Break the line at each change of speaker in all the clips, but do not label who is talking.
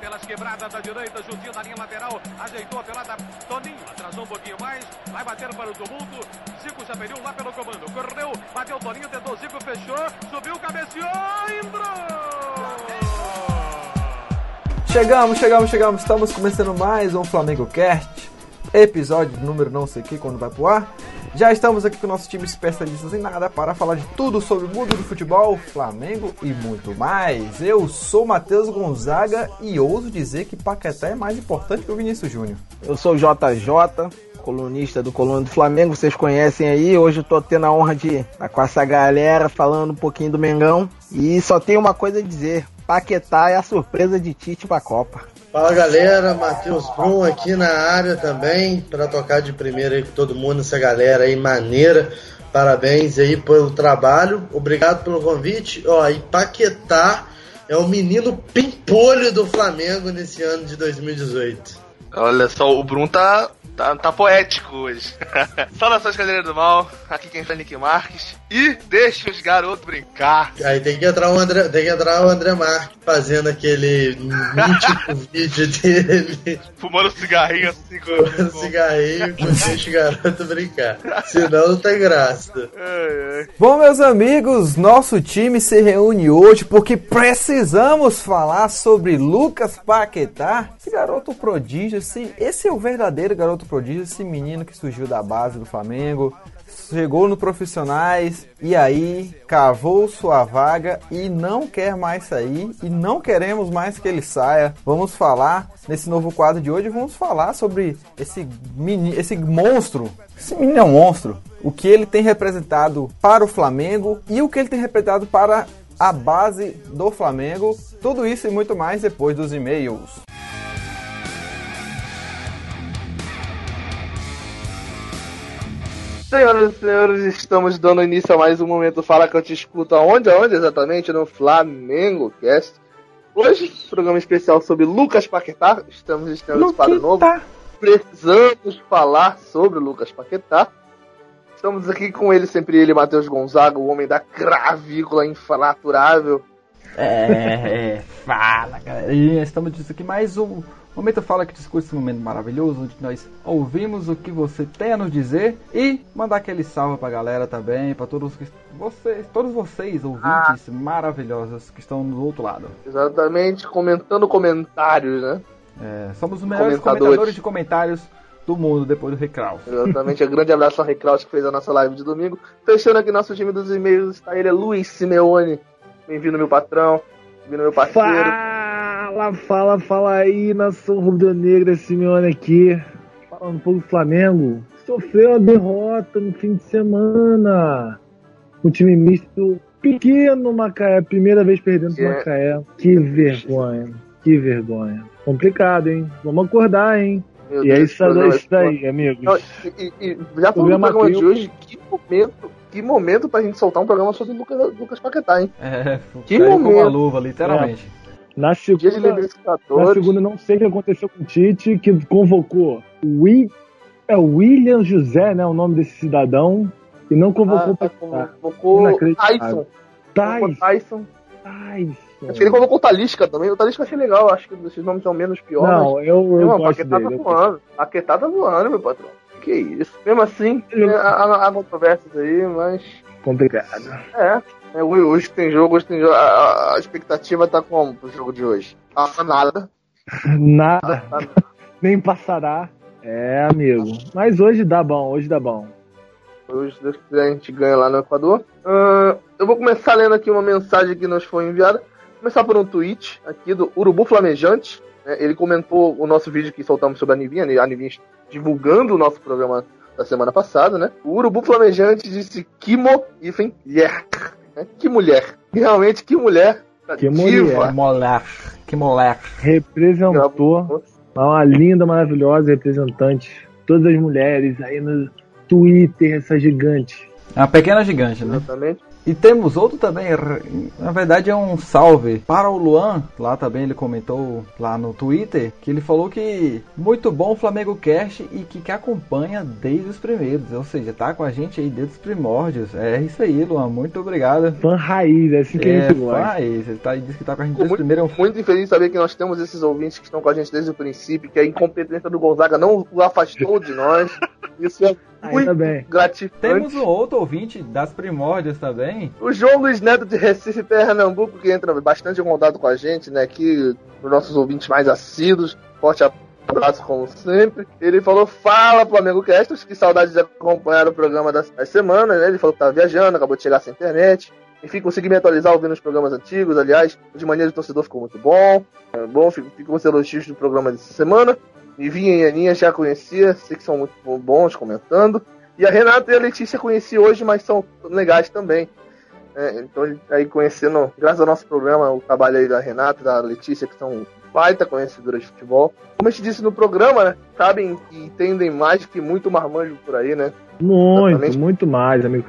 Aquelas quebradas da direita, juntinho da linha lateral. Ajeitou a pelada. Toninho atrasou um pouquinho mais. Vai bater para o tumulto. Zico já perdeu lá pelo comando. Correu, bateu Toninho, tentou Zico, fechou. Subiu, cabeceou, entrou!
Chegamos. Estamos começando mais um Flamengo Cast. Episódio número não sei que, quando vai pro ar. Já estamos aqui com o nosso time especialistas em nada para falar de tudo sobre o mundo do futebol, Flamengo e muito mais. Eu sou Matheus Gonzaga e ouso dizer que Paquetá é mais importante que o Vinícius Júnior.
Eu sou o JJ, colunista do Coluna do Flamengo, vocês conhecem aí. Hoje eu tô tendo a honra de estar com essa galera falando um pouquinho do Mengão. E só tenho uma coisa a dizer: Paquetá é a surpresa de Tite pra Copa.
Fala galera, Matheus Brum aqui na área também, para tocar de primeira aí com todo mundo, essa galera aí maneira. Parabéns aí pelo trabalho, obrigado pelo convite. E Paquetá é o menino pimpolho do Flamengo nesse ano de 2018.
Olha só, o Brum tá poético hoje. Saudações, galera do mal. Aqui quem fala é Nick Marques. E deixa os garotos brincar.
Aí tem que entrar o André Marques fazendo aquele mítico vídeo dele.
Fumando cigarrinho assim.
Fumando cigarrinho que deixa o garoto brincar. Senão não tem graça.
Bom, meus amigos, nosso time se reúne hoje porque precisamos falar sobre Lucas Paquetá. Esse garoto prodígio, esse é o verdadeiro garoto prodígio, esse menino que surgiu da base do Flamengo, chegou no Profissionais e aí cavou sua vaga e não quer mais sair e não queremos mais que ele saia. Vamos falar nesse novo quadro de hoje, vamos falar sobre esse monstro. Esse menino é um monstro. O que ele tem representado para o Flamengo e o que ele tem representado para a base do Flamengo. Tudo isso e muito mais depois dos e-mails.
Senhoras e senhores, estamos dando início a mais um Momento Fala que eu te escuto. Aonde exatamente? No Flamengo Cast. Hoje, programa especial sobre Lucas Paquetá. Estamos estreando esse quadro novo. Precisamos falar sobre o Lucas Paquetá. Estamos aqui com ele, sempre ele, Matheus Gonzaga, o homem da cravícula infraturável.
Fala, galerinha. Estamos aqui mais um Momento Fala que discute esse momento maravilhoso, onde nós ouvimos o que você tem a nos dizer e mandar aquele salve pra galera também, pra todos vocês, ouvintes maravilhosos que estão do outro lado.
Exatamente, comentando comentários, né?
Somos os melhores comentadores de comentários do mundo depois do Recraus.
Exatamente, um grande abraço ao Recraus que fez a nossa live de domingo. Fechando aqui nosso time dos e-mails, está ele, Luiz Simeone. Bem-vindo, meu patrão. Bem-vindo, meu parceiro.
Fala aí, nação rubro-negra, Simeone aqui, falando um pouco do Flamengo. Sofreu a derrota no fim de semana. O time misto pequeno, Macaé, primeira vez perdendo pro Macaé. Que vergonha. Complicado, hein? Vamos acordar, hein? E é isso daí, amigos.
E já falando do programa de hoje, que momento pra gente soltar um programa sobre Lucas Paquetá, hein?
Que momento. Com a luva, literalmente.
Na segunda, não sei o que aconteceu com o Tite, que convocou William José, né, o nome desse cidadão, e não convocou
Tyson. Acho que ele colocou o Talisca também. O Talisca achei legal, acho que esses nomes são menos piores.
Não, eu gosto
dele. Paquetá tá voando, meu patrão. Que isso. Mesmo assim, há controvérsias aí, mas...
complicado.
Hoje tem jogo. A expectativa tá como pro jogo de hoje? Nada.
Nem passará. Amigo. Mas hoje dá bom.
Hoje, se Deus quiser, a gente ganha lá no Equador. Eu vou começar lendo aqui uma mensagem que nos foi enviada. Começar por um tweet aqui do Urubu Flamejante. Ele comentou o nosso vídeo que soltamos sobre a Nivinha divulgando o nosso programa da semana passada, né? O Urubu Flamejante disse que mulher. Realmente, que mulher.
Que mulher. Representou uma linda, maravilhosa representante. Todas as mulheres aí no Twitter, essa gigante.
É uma pequena gigante, né?
Exatamente.
E temos outro também, na verdade é um salve para o Luan, lá também ele comentou lá no Twitter, que ele falou que muito bom o Flamengo Cast e que acompanha desde os primeiros, ou seja, tá com a gente aí desde os primórdios. É isso aí, Luan, muito obrigado.
Fã raiz, é assim que a gente gosta.
Fã raiz, ele diz que tá com a gente desde o primeiro.
Muito infeliz de saber que nós temos esses ouvintes que estão com a gente desde o princípio, que a incompetência do Gonzaga não o afastou de nós. Isso é muito gratificante.
Temos um outro ouvinte das primórdias também.
O João Luiz Neto de Recife, Pernambuco, que entra bastante em contato com a gente, né? Aqui, os nossos ouvintes mais assíduos. Forte abraço, como sempre. Ele falou: fala, Flamengo Cast, que saudade de acompanhar o programa das semanas, né? Ele falou que tava viajando, acabou de chegar sem internet. Enfim, consegui me atualizar ouvindo os programas antigos. Aliás, de maneira de torcedor ficou muito bom. Fico com os elogios do programa dessa semana. Vivinha e Aninha já conhecia, sei que são muito bons comentando. E a Renata e a Letícia conheci hoje, mas são legais também. Então, aí conhecendo, graças ao nosso programa, o trabalho aí da Renata e da Letícia, que são baita conhecedoras de futebol. Como a gente disse no programa, né? Sabem e entendem mais que muito marmanjo por aí, né?
Muito mais, amigo.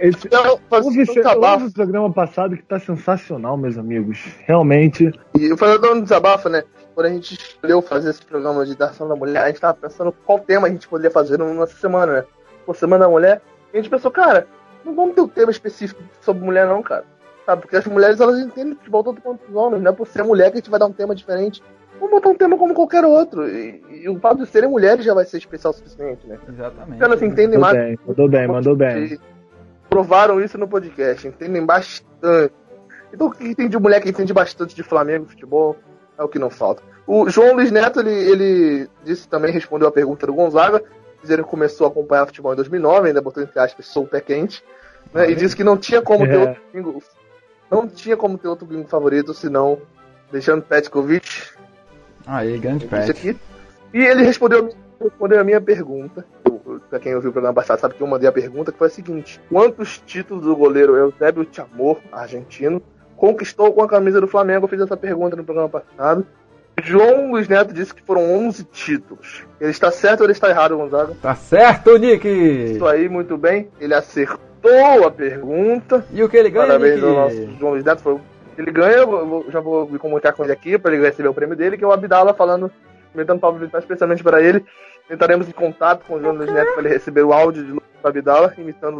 Houve o programa passado que tá sensacional, meus amigos. Realmente.
E eu falei um desabafo, né? Quando a gente escolheu fazer esse programa de Ação da Mulher, a gente tava pensando qual tema a gente poderia fazer nessa semana, né? Por Semana da Mulher. E a gente pensou, cara, não vamos ter um tema específico sobre mulher não, cara. Sabe? Porque as mulheres, elas entendem futebol tanto quanto os homens. Não é por ser mulher que a gente vai dar um tema diferente. Vamos botar um tema como qualquer outro. E o fato de serem mulheres já vai ser especial o suficiente, né?
Exatamente.
Elas entendem mais.
Mandou bem.
Provaram isso no podcast. Entendem bastante. Então, quem entende de mulher que entende bastante de Flamengo, futebol, é o que não falta. O João Luiz Neto, ele disse também, respondeu a pergunta do Gonzaga, dizendo que começou a acompanhar futebol em 2009, ainda botou entre aspas, sou o pé quente, né? E disse que não tinha como ter outro bingo, não tinha como ter outro bingo favorito, senão deixando Petkovic.
Aí, grande Pet.
E ele respondeu a minha pergunta. Pra quem ouviu o programa passado sabe que eu mandei a pergunta, que foi a seguinte: quantos títulos do goleiro Eusébio Chamor, argentino, conquistou com a camisa do Flamengo? Eu fiz essa pergunta no programa passado. João Luiz Neto disse que foram 11 títulos. Ele está certo ou ele está errado, Gonzaga?
Tá certo, Nick!
Isso aí, muito bem. Ele acertou a pergunta.
E o que ele ganha,
Parabéns
Nick?
ao nosso João Luiz Neto. Ele ganha, já vou me comunicar com ele aqui para ele receber o prêmio dele, que é o Abdala comentando Pablo Vittar especialmente para ele. Entraremos em contato com o João Luiz Neto para ele receber o áudio de Lucas Abdala, imitando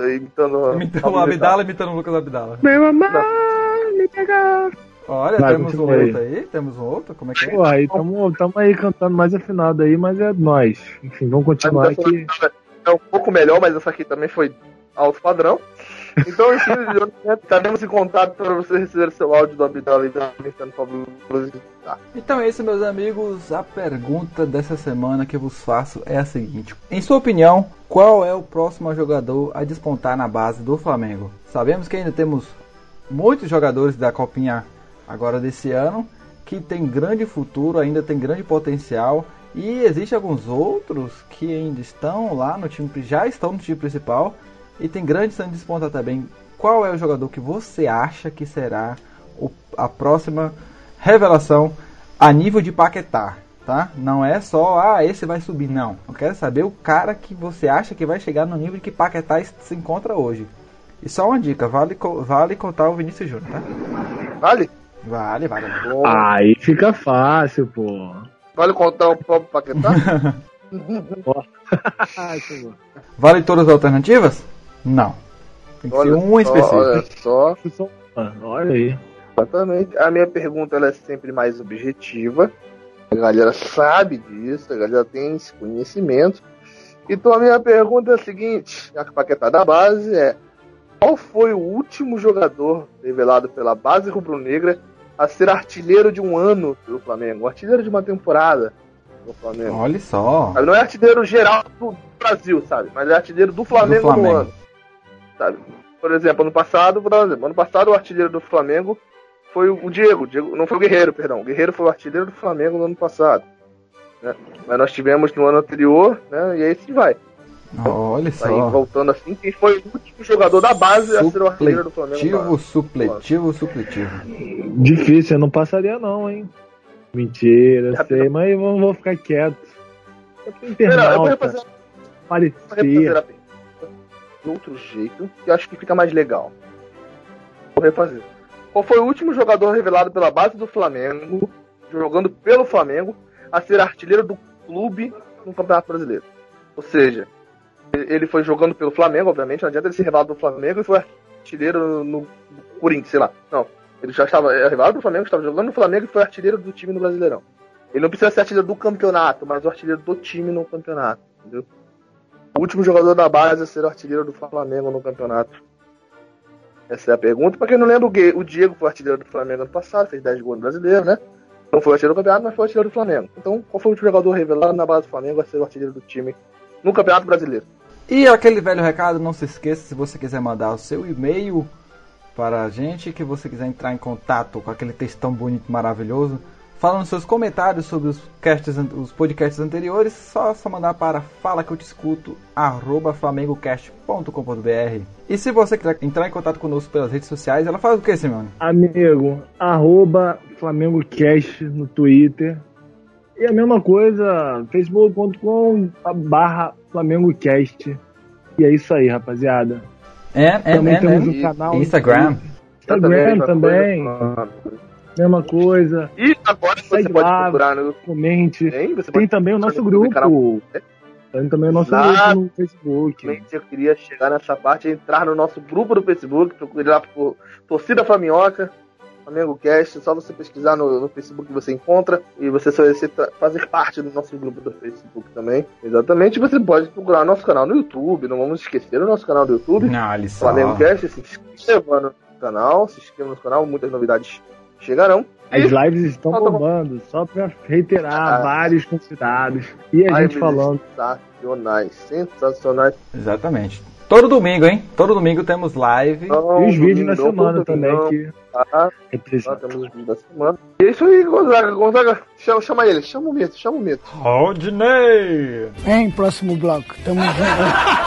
o Abdala, imitando o Lucas Abdala.
Meu amor, me pegar.
Olha, temos um outro aí, como é que é?
Pô, aí tamo aí cantando mais afinado aí, mas é nóis. Enfim, vamos continuar aqui.
É um pouco melhor, mas essa aqui também foi alto padrão. Então, enfim, estaremos em contato para você receber seu áudio do Abdala e imitando Pablo Vittar.
Então é isso, meus amigos. A pergunta dessa semana que eu vos faço é a seguinte: em sua opinião, qual é o próximo jogador a despontar na base do Flamengo? Sabemos que ainda temos muitos jogadores da Copinha agora desse ano que tem grande futuro, ainda tem grande potencial, e existem alguns outros que ainda estão lá no time, já estão no time principal e tem grande chance de despontar também. Qual é o jogador que você acha que será a próxima revelação a nível de Paquetá, tá? Não é só, esse vai subir, não. Eu quero saber o cara que você acha que vai chegar no nível que Paquetá se encontra hoje. E só uma dica, vale contar o Vinícius Júnior, tá?
Vale?
Vale.
Aí fica fácil, pô.
Vale contar o próprio Paquetá?
Vale todas as alternativas? Não. Tem que ser um específico.
Olha aí.
Exatamente. A minha pergunta ela é sempre mais objetiva. A galera sabe disso, a galera tem esse conhecimento. Então a minha pergunta é a seguinte: a Paquetá da base é: qual foi o último jogador revelado pela base rubro-negra a ser artilheiro de um ano do Flamengo? Artilheiro de uma temporada do Flamengo.
Olha só.
Sabe? Não é artilheiro geral do Brasil, sabe? Mas é artilheiro do Flamengo no ano. Sabe? Por exemplo, ano passado o artilheiro do Flamengo foi o Diego, não foi o Guerreiro, perdão. O Guerreiro foi o artilheiro do Flamengo no ano passado. Né? Mas nós tivemos no ano anterior, né? E aí sim vai.
Olha só.
Aí, voltando assim, quem foi o último jogador da base a ser o artilheiro do Flamengo?
Supletivo.
Difícil, eu não passaria não, hein? Mentira, sei, mas eu vou ficar quieto.
Eu vou refazer
parecia
a pergunta de outro jeito, que eu acho que fica mais legal. Vou refazer. Qual foi o último jogador revelado pela base do Flamengo, jogando pelo Flamengo, a ser artilheiro do clube no Campeonato Brasileiro? Ou seja, ele foi jogando pelo Flamengo, obviamente, não adianta ele ser revelado do Flamengo e foi artilheiro no Corinthians, sei lá. Não, ele já estava revelado do Flamengo, estava jogando no Flamengo e foi artilheiro do time no Brasileirão. Ele não precisa ser artilheiro do campeonato, mas o artilheiro do time no campeonato, entendeu? O último jogador da base a ser artilheiro do Flamengo no campeonato. Essa é a pergunta. Pra quem não lembra, o Diego foi artilheiro do Flamengo ano passado, fez 10 gols no Brasileiro, né? Não foi artilheiro do campeonato, mas foi artilheiro do Flamengo. Então, qual foi o último jogador revelado na base do Flamengo a ser o artilheiro do time no Campeonato Brasileiro?
E aquele velho recado, não se esqueça, se você quiser mandar o seu e-mail para a gente, que você quiser entrar em contato com aquele textão bonito, maravilhoso, falando seus comentários sobre os podcasts anteriores, só mandar para falaqueutescuto@flamengocast.com.br. E se você quiser entrar em contato conosco pelas redes sociais, ela faz o que, Simeone?
Amigo, @FlamengoCast no Twitter. E a mesma coisa, facebook.com/FlamengoCast. E é isso aí, rapaziada. Também temos um canal
Instagram.
Instagram também. Mesma coisa.
E agora você pode procurar no...
Comente. Tem também o nosso grupo. Tem também o nosso grupo no Facebook.
Eu queria chegar nessa parte, entrar no nosso grupo do Facebook, procurar lá por Torcida Flaminhoca, Flamengo Cast, só você pesquisar no Facebook que você encontra, e você só vai fazer parte do nosso grupo do Facebook também. Exatamente, você pode procurar nosso canal no YouTube, não vamos esquecer o nosso canal do YouTube, Flamengo Cast, se inscreva no canal, muitas novidades chegarão.
As lives estão bombando, só pra reiterar, vários convidados. E a gente falando.
Sensacionais.
Exatamente. Todo domingo, hein? Todo domingo temos live.
E os vídeos na semana também.
Temos os vídeos da semana. E é isso aí, Gonzaga. Chama ele, chama o Mito.
Rodney!
Hein, próximo bloco. Tamo junto.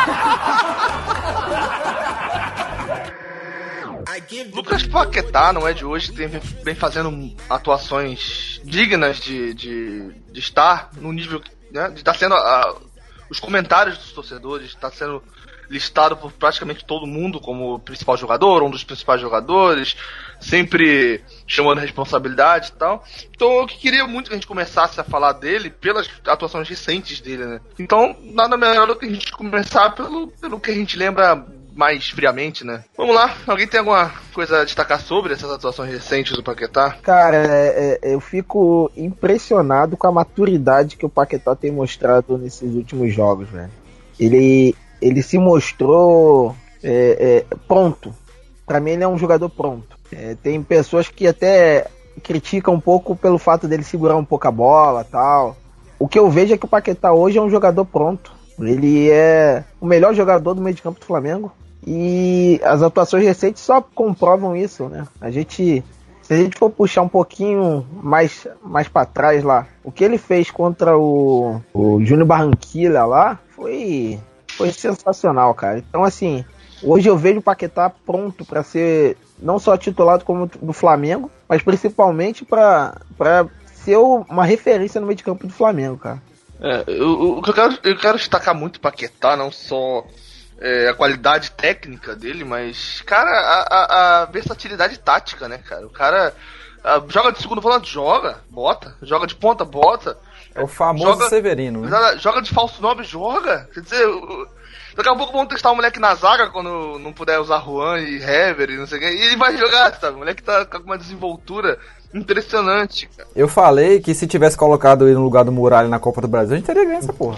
Lucas Paquetá, não é de hoje, vem fazendo atuações dignas de estar no nível, né, de estar sendo os comentários dos torcedores, está sendo listado por praticamente todo mundo como principal jogador, um dos principais jogadores, sempre chamando responsabilidade e tal. Então eu queria muito que a gente começasse a falar dele pelas atuações recentes dele, né? Então nada melhor do que a gente começar pelo que a gente lembra mais friamente, né? Vamos lá, alguém tem alguma coisa a destacar sobre essas atuações recentes do Paquetá?
Cara, eu fico impressionado com a maturidade que o Paquetá tem mostrado nesses últimos jogos, velho. Ele se mostrou pronto. Pra mim ele é um jogador pronto. Tem pessoas que até criticam um pouco pelo fato dele segurar um pouco a bola e tal. O que eu vejo é que o Paquetá hoje é um jogador pronto. Ele é o melhor jogador do meio de campo do Flamengo. E as atuações recentes só comprovam isso, né? Se a gente for puxar um pouquinho mais pra trás lá, o que ele fez contra o Júnior Barranquilla lá foi sensacional, cara. Então, assim, hoje eu vejo o Paquetá pronto pra ser não só titulado como do Flamengo, mas principalmente pra ser uma referência no meio de campo do Flamengo, cara.
Eu quero destacar muito o Paquetá, não só a qualidade técnica dele, mas, cara, a versatilidade tática, né, cara? O cara joga de segundo volante, bota. Joga de ponta, bota.
É o famoso Severino, né?
Joga de falso 9, joga. Quer dizer, daqui a pouco vamos testar o moleque na zaga quando não puder usar Juan e Hever e não sei o que. E ele vai jogar, sabe? O moleque tá com uma desenvoltura impressionante, cara.
Eu falei que se tivesse colocado ele no lugar do Muralha na Copa do Brasil, a gente teria ganho essa porra.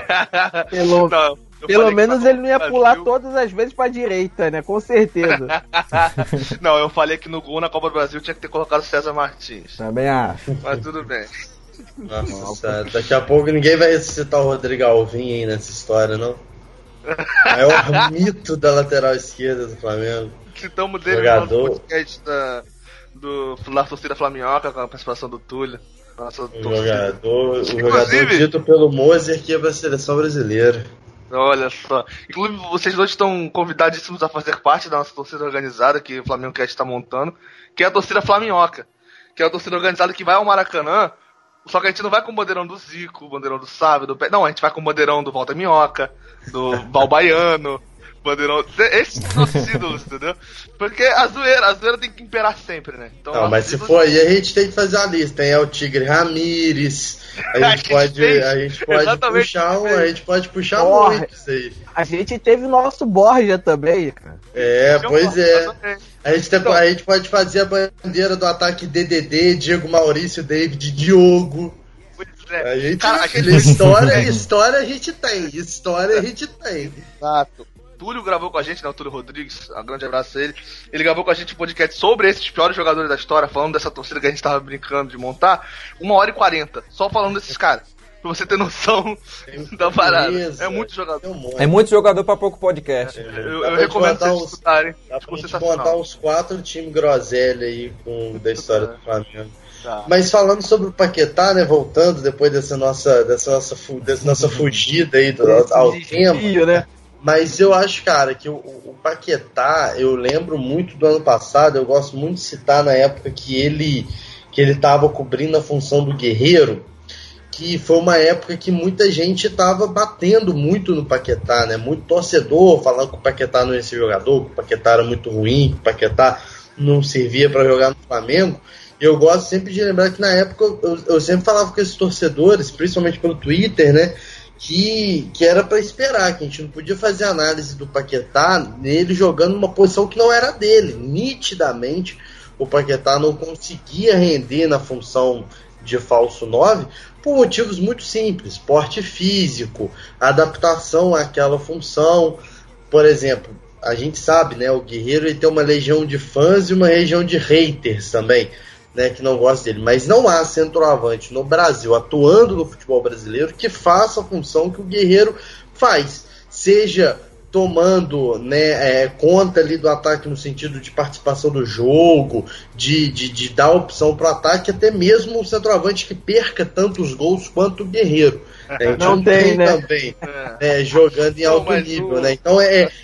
Pelo menos ele não ia pular todas as vezes pra direita, né? Com certeza.
Não, eu falei que no gol na Copa do Brasil tinha que ter colocado César Martins.
Também acho.
Mas tudo bem.
Nossa, daqui a pouco ninguém vai ressuscitar o Rodrigo Alvim aí nessa história, não? Maior mito da lateral esquerda do Flamengo.
Citamos dele no podcast da torcida Flaminhoca com a participação do Túlio.
O jogador dito pelo Moser que ia pra seleção brasileira.
Olha só. Inclusive, vocês dois estão convidadíssimos a fazer parte da nossa torcida organizada que o Flamengo Cast está montando, que é a torcida Flaminhoca, que é a torcida organizada que vai ao Maracanã, só que a gente não vai com o bandeirão do Zico, o bandeirão do Sávio, não, a gente vai com o bandeirão do Walter Minhoca, do Val Baiano, Bandeirão. Esses são nossos ídolos, entendeu? Porque a zoeira tem que imperar sempre, né? Então,
não, mas se for aí, a gente tem que fazer a lista. Tem o Tigre Ramírez. A gente pode puxar muito isso aí.
A gente teve o nosso Borja também, cara.
Pois é. A gente pode fazer a bandeira do ataque DDD, Diego Maurício, David, Diogo. A gente, cara, história a gente tem. História a gente tem.
Exato. Túlio gravou com a gente, né? O Túlio Rodrigues, um grande abraço a ele. Ele gravou com a gente um podcast sobre esses piores jogadores da história, falando dessa torcida que a gente tava brincando de montar. 1h40, só falando desses caras. Pra você ter noção da parada. É muito jogador.
É muito jogador pra pouco podcast.
Eu recomendo vocês escutarem.
Dá pra gente montar uns 4 times groselha aí da história do Flamengo. Tá. Mas falando sobre o Paquetá, né, voltando depois dessa nossa fugida aí ao tema, né? Mas eu acho, cara, que o Paquetá, eu lembro muito do ano passado, eu gosto muito de citar na época que ele tava cobrindo a função do Guerreiro, que foi uma época que muita gente tava batendo muito no Paquetá, né? Muito torcedor falando que o Paquetá não ia ser jogador, que o Paquetá era muito ruim, que o Paquetá não servia para jogar no Flamengo. Eu gosto sempre de lembrar que na época eu sempre falava com esses torcedores, principalmente pelo Twitter, né, que era para esperar, que a gente não podia fazer análise do Paquetá nele jogando numa posição que não era dele. Nitidamente o Paquetá não conseguia render na função de falso 9 por motivos muito simples: porte físico, adaptação àquela função. Por exemplo, a gente sabe, né, o Guerreiro ele tem uma legião de fãs e uma legião de haters também, né, que não gosta dele, mas não há centroavante no Brasil atuando no futebol brasileiro que faça a função que o Guerreiro faz, seja tomando, né, conta ali do ataque no sentido de participação do jogo, de dar opção para o ataque, até mesmo um centroavante que perca tantos gols quanto o Guerreiro. A gente não tem, né? Também jogando em alto nível, né? Então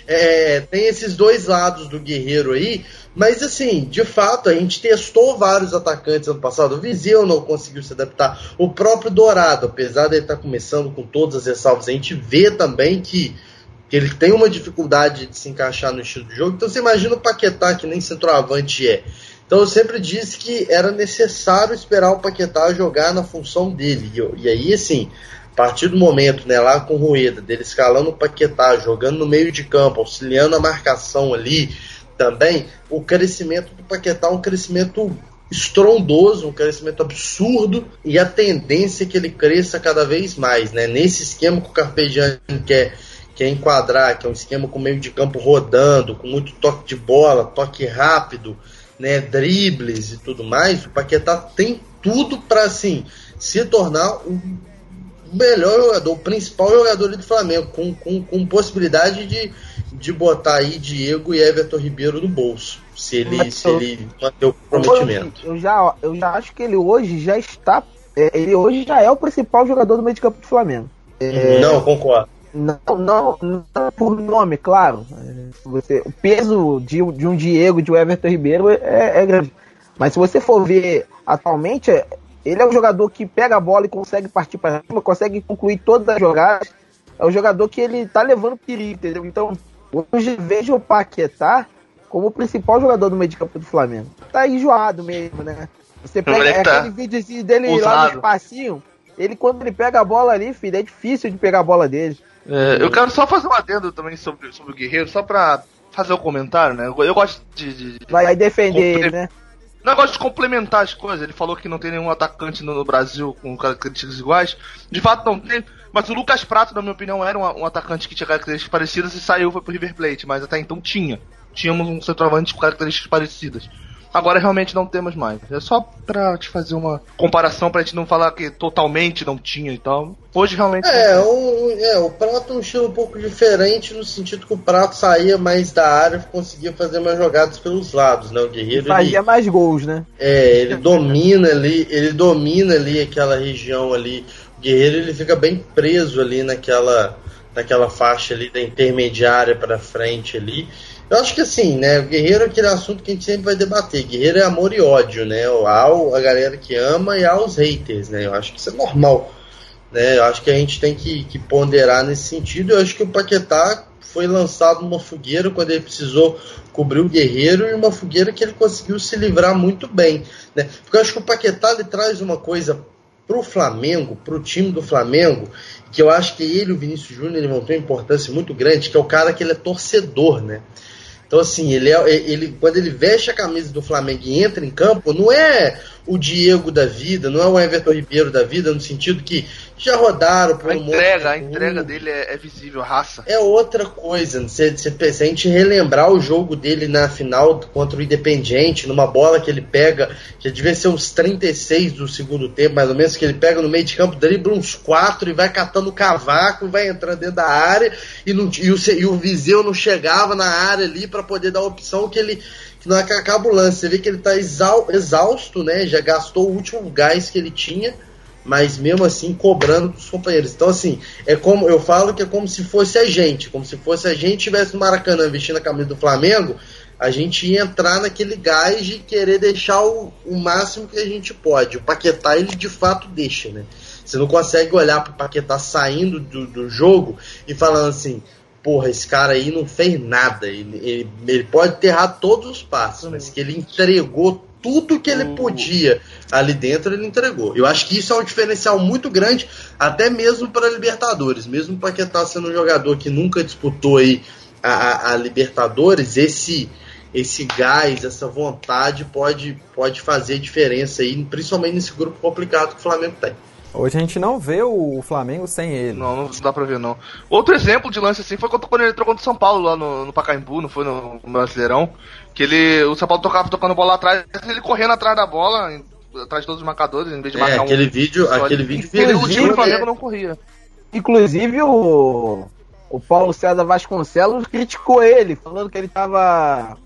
tem esses dois lados do Guerreiro aí. Mas assim, de fato, a gente testou vários atacantes ano passado. O Viseu não conseguiu se adaptar. O próprio Dourado, apesar de ele estar começando com todas as ressalvas, a gente vê também que ele tem uma dificuldade de se encaixar no estilo de jogo. Então você imagina o Paquetá, que nem centroavante é. Então eu sempre disse que era necessário esperar o Paquetá jogar na função dele. E aí, assim, a partir do momento, né, lá com o Rueda, dele escalando o Paquetá, jogando no meio de campo, auxiliando a marcação ali, também, o crescimento do Paquetá é um crescimento estrondoso, um crescimento absurdo, e a tendência é que ele cresça cada vez mais, né? Nesse esquema que o Carpegiani quer enquadrar, que é um esquema com meio de campo rodando, com muito toque de bola, toque rápido, né, dribles e tudo mais. O Paquetá tem tudo para, assim, se tornar o melhor jogador, o principal jogador do Flamengo, com possibilidade de botar aí Diego e Everton Ribeiro no bolso, se ele manter o comprometimento.
Eu já acho que ele hoje já está, ele hoje já é o principal jogador do meio de campo do Flamengo.
Não, concordo.
Não por nome, claro. O peso de um Diego, de um Everton Ribeiro é grande. Mas se você for ver atualmente, ele é um jogador que pega a bola e consegue partir para cima, consegue concluir todas as jogadas. É um jogador que ele tá levando perigo, entendeu? Então, hoje vejo o Paquetá como o principal jogador do meio de campo do Flamengo. Tá enjoado mesmo, né? Você pega aquele vídeo dele usado lá no espacinho, quando ele pega a bola ali, filho, é difícil de pegar a bola dele.
Eu quero só fazer um adendo também sobre o Guerreiro, só pra fazer um comentário, né? Eu gosto de
vai defender ele, né?
Não, eu gosto de complementar as coisas. Ele falou que não tem nenhum atacante no Brasil com características iguais. De fato não tem, mas o Lucas Prato, na minha opinião, era um atacante que tinha características parecidas e saiu, foi pro River Plate, mas até então tínhamos um centroavante com características parecidas. Agora realmente não temos mais. É só pra te fazer uma comparação, pra gente não falar que totalmente não tinha e tal. Hoje realmente...
o Prato é um estilo um pouco diferente, no sentido que o Prato saía mais da área e conseguia fazer mais jogadas pelos lados, né? O Guerreiro...
Fazia mais gols, né?
Ele domina ali aquela região ali. O Guerreiro, ele fica bem preso ali naquela faixa ali da intermediária pra frente ali. Eu acho que assim, né, o Guerreiro é aquele assunto que a gente sempre vai debater. Guerreiro é amor e ódio, né? Há a galera que ama e há os haters, né? Eu acho que isso é normal, né? Eu acho que a gente tem que ponderar nesse sentido. Eu acho que o Paquetá foi lançado numa fogueira quando ele precisou cobrir o Guerreiro, e uma fogueira que ele conseguiu se livrar muito bem, né? Porque eu acho que o Paquetá ele traz uma coisa pro Flamengo, pro time do Flamengo, que eu acho que ele, o Vinícius Júnior, ele vão ter uma importância muito grande, que é o cara que ele é torcedor, né? Então, assim, ele quando ele veste a camisa do Flamengo e entra em campo, não é o Diego da vida, não é o Everton Ribeiro da vida, no sentido que já rodaram por
a entrega dele é visível, a raça.
É outra coisa. Se a gente relembrar o jogo dele na final contra o Independiente, numa bola que ele pega, já devia ser uns 36 do segundo tempo, mais ou menos, que ele pega no meio de campo, dribla uns 4 e vai catando o cavaco, vai entrando dentro da área, e o Viseu não chegava na área ali para poder dar a opção que não acaba o lance. Você vê que ele tá exausto, né? Já gastou o último gás que ele tinha, mas mesmo assim cobrando dos companheiros. Então, assim, eu falo que é como se fosse a gente estivesse no Maracanã vestindo a camisa do Flamengo, a gente ia entrar naquele gás de querer deixar o máximo que a gente pode. O Paquetá, ele de fato deixa, né? Você não consegue olhar pro Paquetá saindo do jogo e falando assim, porra, esse cara aí não fez nada. Ele pode ter errado todos os passos, mas que ele entregou tudo que ele podia ali dentro, ele entregou. Eu acho que isso é um diferencial muito grande, até mesmo para a Libertadores. Mesmo o Paquetá sendo um jogador que nunca disputou aí a Libertadores, esse gás, essa vontade pode fazer diferença aí, principalmente nesse grupo complicado que o Flamengo tem.
Hoje a gente não vê o Flamengo sem ele.
Não dá pra ver, não. Outro exemplo de lance assim foi quando ele entrou contra o São Paulo lá no Pacaembu, não foi no Brasileirão, que o São Paulo tocando bola atrás, ele correndo atrás da bola, atrás de todos os marcadores, em vez de marcar
aquele vídeo
o time do Flamengo não corria.
Inclusive o Paulo César Vasconcelos criticou ele, falando que ele tava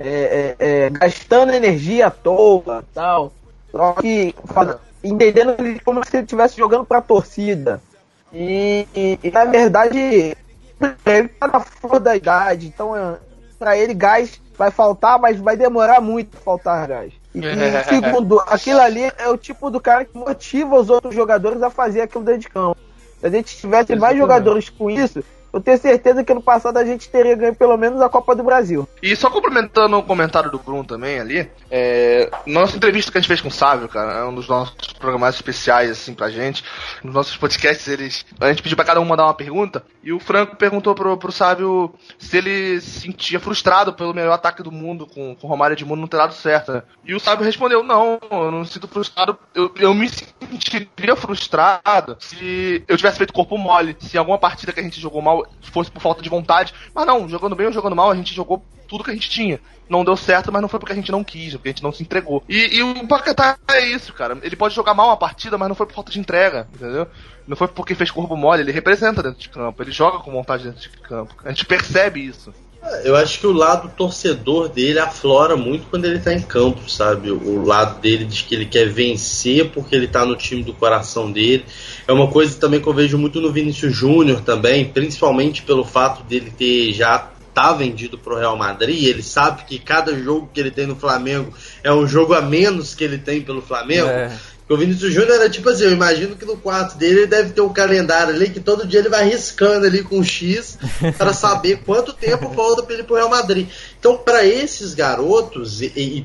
gastando energia à toa, tal. Só que entendendo ele como se ele estivesse jogando pra torcida. E na verdade, ele tá na flor da idade, então pra ele gás vai faltar, mas vai demorar muito pra faltar gás. E segundo, aquilo ali é o tipo do cara que motiva os outros jogadores a fazer aquilo dentro de campo. Se a gente tivesse mais jogadores com isso, eu tenho certeza que no passado a gente teria ganho pelo menos a Copa do Brasil.
E só complementando o comentário do Bruno também ali, nossa entrevista que a gente fez com o Sávio, cara, é um dos nossos programas especiais, assim, pra gente. Nos nossos podcasts, a gente pediu pra cada um mandar uma pergunta, e o Franco perguntou pro Sávio se ele se sentia frustrado pelo melhor ataque do mundo, com o Romário e Edmundo não ter dado certo, né? E o Sávio respondeu, não, eu não me sinto frustrado, eu me sentiria frustrado se eu tivesse feito corpo mole, se alguma partida que a gente jogou mal fosse por falta de vontade, mas não, jogando bem ou jogando mal, a gente jogou tudo que a gente tinha. Não deu certo, mas não foi porque a gente não quis, porque a gente não se entregou. E o Paquetá é isso, cara. Ele pode jogar mal uma partida, mas não foi por falta de entrega, entendeu? Não foi porque fez corpo mole, ele representa dentro de campo, ele joga com vontade dentro de campo. A gente percebe isso.
Eu acho que o lado torcedor dele aflora muito quando ele tá em campo, sabe? O lado dele de que ele quer vencer porque ele tá no time do coração dele. É uma coisa também que eu vejo muito no Vinícius Júnior também, principalmente pelo fato dele ter já tá vendido pro Real Madrid. Ele sabe que cada jogo que ele tem no Flamengo é um jogo a menos que ele tem pelo Flamengo. O Vinícius Júnior era tipo assim, eu imagino que no quarto dele ele deve ter um calendário ali que todo dia ele vai riscando ali com X para saber quanto tempo falta para ele pro Real Madrid. Então, para esses garotos,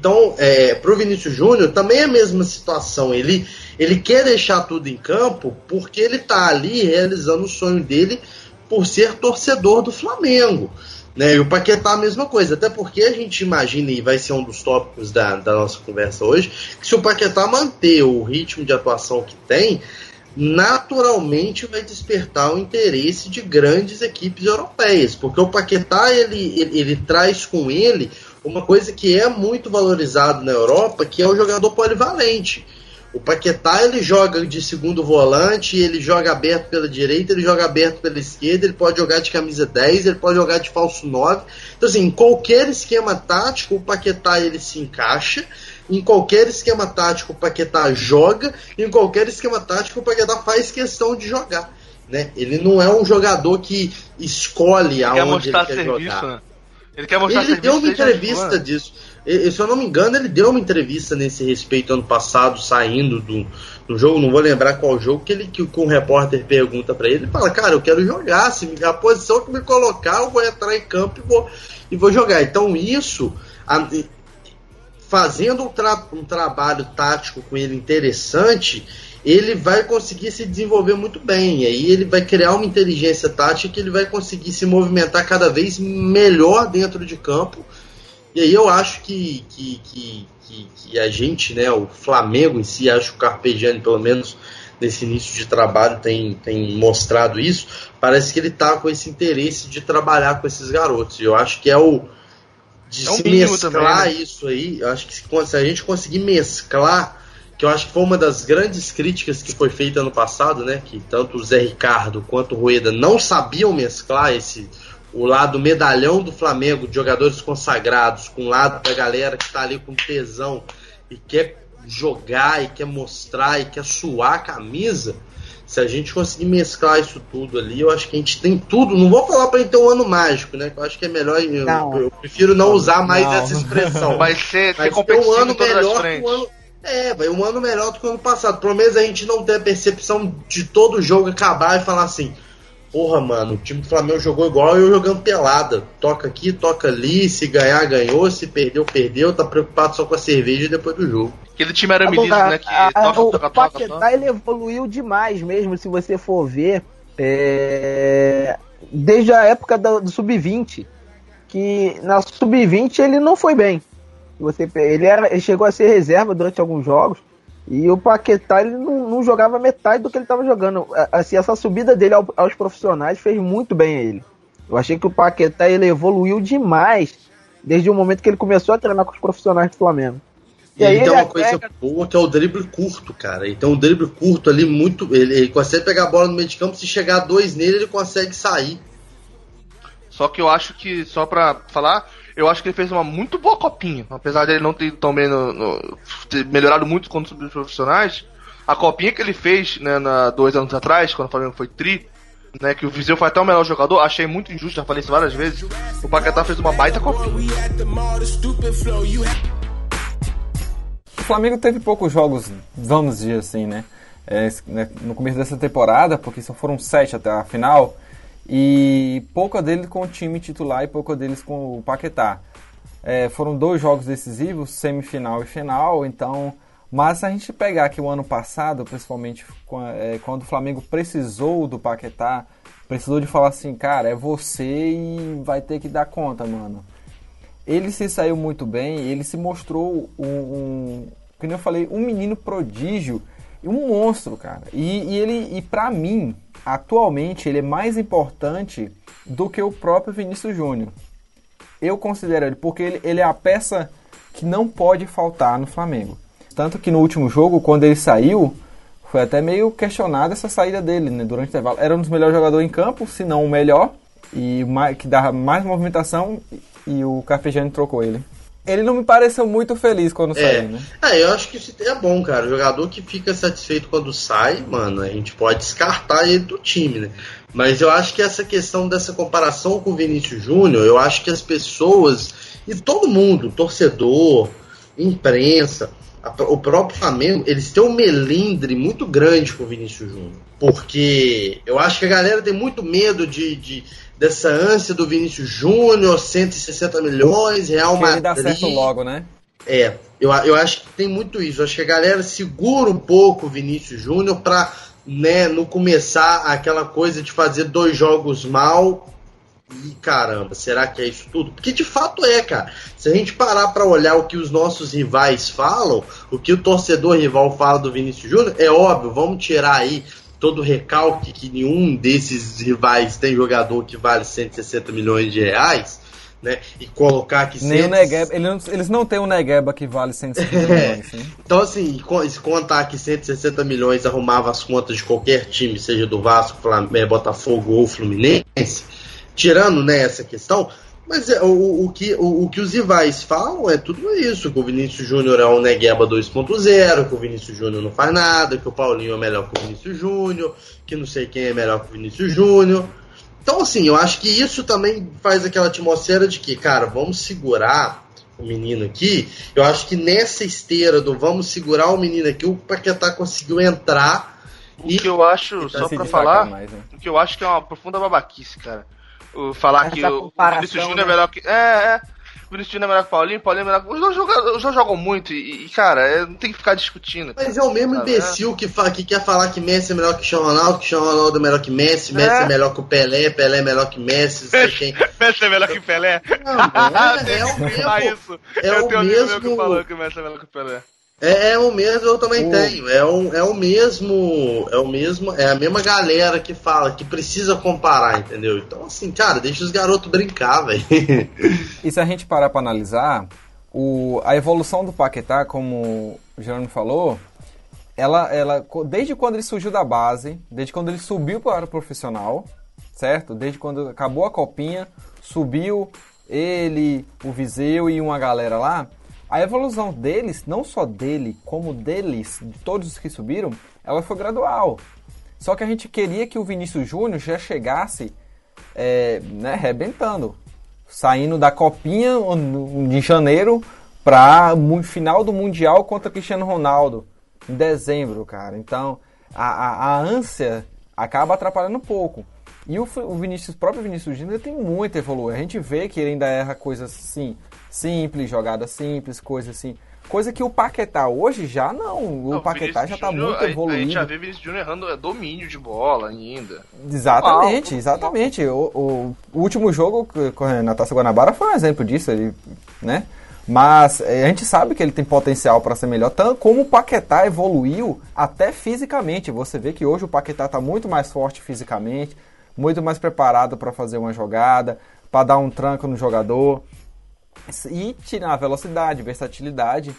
pro Vinícius Júnior também é a mesma situação. Ele quer deixar tudo em campo porque ele tá ali realizando o sonho dele por ser torcedor do Flamengo. Né, e o Paquetá a mesma coisa, até porque a gente imagina, e vai ser um dos tópicos da nossa conversa hoje, que se o Paquetá manter o ritmo de atuação que tem, naturalmente vai despertar o interesse de grandes equipes europeias, porque o Paquetá ele traz com ele uma coisa que é muito valorizado na Europa, que é o jogador polivalente. O Paquetá, ele joga de segundo volante, ele joga aberto pela direita, ele joga aberto pela esquerda, ele pode jogar de camisa 10, ele pode jogar de falso 9. Então, assim, em qualquer esquema tático, o Paquetá, ele se encaixa. Em qualquer esquema tático, o Paquetá joga. Em qualquer esquema tático, o Paquetá faz questão de jogar. Né? Ele não é um jogador que escolhe aonde ele quer jogar. Né?
Ele quer mostrar
Ele deu uma
serviço
entrevista disso. Se eu não me engano, ele deu uma entrevista nesse respeito ano passado, saindo do jogo, não vou lembrar qual jogo, que um repórter pergunta pra ele, fala, cara, eu quero jogar, se a posição que me colocar, eu vou entrar em campo e vou jogar. Então isso, fazendo um trabalho tático com ele interessante, ele vai conseguir se desenvolver muito bem. E aí ele vai criar uma inteligência tática que ele vai conseguir se movimentar cada vez melhor dentro de campo. E aí eu acho que a gente, né, o Flamengo em si, acho que o Carpegiani, pelo menos nesse início de trabalho, tem mostrado isso. Parece que ele está com esse interesse de trabalhar com esses garotos. E eu acho que se mesclar também, né? Isso aí, eu acho que se a gente conseguir mesclar, que eu acho que foi uma das grandes críticas que foi feita ano passado, né, que tanto o Zé Ricardo quanto o Rueda não sabiam mesclar o lado medalhão do Flamengo, de jogadores consagrados, com o lado da galera que está ali com tesão e quer jogar e quer mostrar e quer suar a camisa. Se a gente conseguir mesclar isso tudo ali, eu acho que a gente tem tudo. Não vou falar para gente ter um ano mágico, né? Eu acho que é melhor. Eu prefiro não usar mais essa expressão.
Vai ser competitivo
um ano
todas
melhor
as frentes.
Vai um ano melhor do que o ano passado. Pelo menos a gente não tem a percepção de todo jogo acabar e falar assim: porra, mano, o time do Flamengo jogou igual eu jogando pelada. Toca aqui, toca ali, se ganhar, ganhou, se perdeu, perdeu, tá preocupado só com a cerveja depois do jogo.
Aquele time era milímetro, né? Que
o Paquetá, ele evoluiu demais mesmo, se você for ver, desde a época do Sub-20, que na Sub-20 ele não foi bem. Ele chegou a ser reserva durante alguns jogos, e o Paquetá ele não jogava metade do que ele estava jogando. Assim, essa subida dele aos profissionais fez muito bem a ele. Eu achei que o Paquetá ele evoluiu demais desde o momento que ele começou a treinar com os profissionais do Flamengo.
E aí tem uma coisa boa que é o drible curto, cara. Então um drible curto ali muito. Ele consegue pegar a bola no meio de campo, se chegar 2 nele, ele consegue sair.
Só que eu acho que, só pra falar, eu acho que ele fez uma muito boa copinha. Apesar dele não ter também ter melhorado muito quando subiu os profissionais, a copinha que ele fez, né, 2 anos atrás, quando o Flamengo foi tri, né, que o Viseu foi até o melhor jogador, achei muito injusto, já falei isso várias vezes. O Paquetá fez uma baita copinha.
O Flamengo teve poucos jogos, vamos dizer assim, né? No começo dessa temporada, porque só foram 7 até a final, e pouca deles com o time titular e pouca deles com o Paquetá. Foram 2 jogos decisivos, semifinal e final, então... Mas se a gente pegar aqui o ano passado, principalmente quando o Flamengo precisou do Paquetá, precisou de falar assim, cara, é você e vai ter que dar conta, mano. Ele se saiu muito bem, ele se mostrou como eu falei, um menino prodígio e um monstro, cara. E pra mim, atualmente, ele é mais importante do que o próprio Vinícius Júnior. Eu considero ele, porque ele é a peça que não pode faltar no Flamengo. Tanto que no último jogo, quando ele saiu, foi até meio questionada essa saída dele, né, durante o intervalo. Era um dos melhores jogadores em campo, se não o melhor, e que dava mais movimentação, e o Carpegiani trocou ele. Ele não me pareceu muito feliz quando saiu, né?
Eu acho que isso é bom, cara. O jogador que fica satisfeito quando sai, mano, a gente pode descartar ele do time, né? Mas eu acho que essa questão dessa comparação com o Vinícius Júnior, eu acho que as pessoas, e todo mundo, torcedor, imprensa, o próprio Flamengo, eles têm um melindre muito grande com o Vinícius Júnior. Porque eu acho que a galera tem muito medo dessa ânsia do Vinícius Júnior, 160 milhões, Real Madrid.
Que ele dá certo logo, né?
Eu acho que tem muito isso. Eu acho que a galera segura um pouco o Vinícius Júnior pra, né, não começar aquela coisa de fazer 2 jogos mal. E caramba, será que é isso tudo? Porque de fato cara. Se a gente parar pra olhar o que os nossos rivais falam, o que o torcedor rival fala do Vinícius Júnior, é óbvio, vamos tirar aí todo o recalque que nenhum desses rivais tem jogador que vale 160 milhões de reais, né? E colocar que...
Nem o Negueba, eles não têm um Negueba que vale 160 milhões. Né?
Então assim, se contar que 160 milhões arrumava as contas de qualquer time, seja do Vasco, Flamengo, Botafogo ou Fluminense, tirando, né, essa questão, mas o que os rivais falam é tudo isso, que o Vinícius Júnior é um Negueba 2.0, que o Vinícius Júnior não faz nada, que o Paulinho é melhor que o Vinícius Júnior, que não sei quem é melhor que o Vinícius Júnior. Então, assim, eu acho que isso também faz aquela atmosfera de que, cara, vamos segurar o menino aqui. Eu acho que nessa esteira do vamos segurar o menino aqui, o Paquetá conseguiu entrar.
O que eu acho, só pra falar, mais, né? O que eu acho que é uma profunda babaquice, cara. Falar que o Vinícius Júnior é melhor que... O Vinícius Júnior é melhor que o Paulinho é melhor que... Os dois jogam muito e cara, não tem que ficar discutindo.
Mas é o mesmo imbecil que quer falar que Messi é melhor que Cristiano Ronaldo, que Cristiano Ronaldo é melhor que Messi, Messi é melhor que o Pelé, Pelé é melhor que Messi, não sei quem.
Messi é melhor que Pelé?
Não, é o mesmo.
Isso. Eu tenho um amigo meu que falou que o Messi é melhor que o Pelé.
É o mesmo, eu também tenho. É a mesma galera que fala que precisa comparar, entendeu? Então, assim, cara, deixa os garotos brincar, velho.
E se a gente parar pra analisar, a evolução do Paquetá, como o Jerônimo falou, ela, desde quando ele surgiu da base, desde quando ele subiu para o profissional, certo? Desde quando acabou a copinha, subiu ele, o Viseu e uma galera lá. A evolução deles, não só dele, como deles, de todos os que subiram, ela foi gradual. Só que a gente queria que o Vinícius Júnior já chegasse arrebentando. Saindo da copinha de janeiro para o final do Mundial contra Cristiano Ronaldo, em dezembro, cara. Então, a ânsia acaba atrapalhando um pouco. E o próprio Vinícius Júnior tem muito a evoluir. A gente vê que ele ainda erra coisas assim... simples, jogada simples, coisa assim. Coisa que o Paquetá hoje já não. O Paquetá já tá muito evoluído.
A gente já vê o Vinícius Júnior errando domínio de bola ainda.
Exatamente. O último jogo na Taça Guanabara foi um exemplo disso, né? Mas a gente sabe que ele tem potencial para ser melhor, tanto como o Paquetá evoluiu até fisicamente. Você vê que hoje o Paquetá tá muito mais forte fisicamente, muito mais preparado para fazer uma jogada, para dar um tranco no jogador. E tirar a velocidade, versatilidade.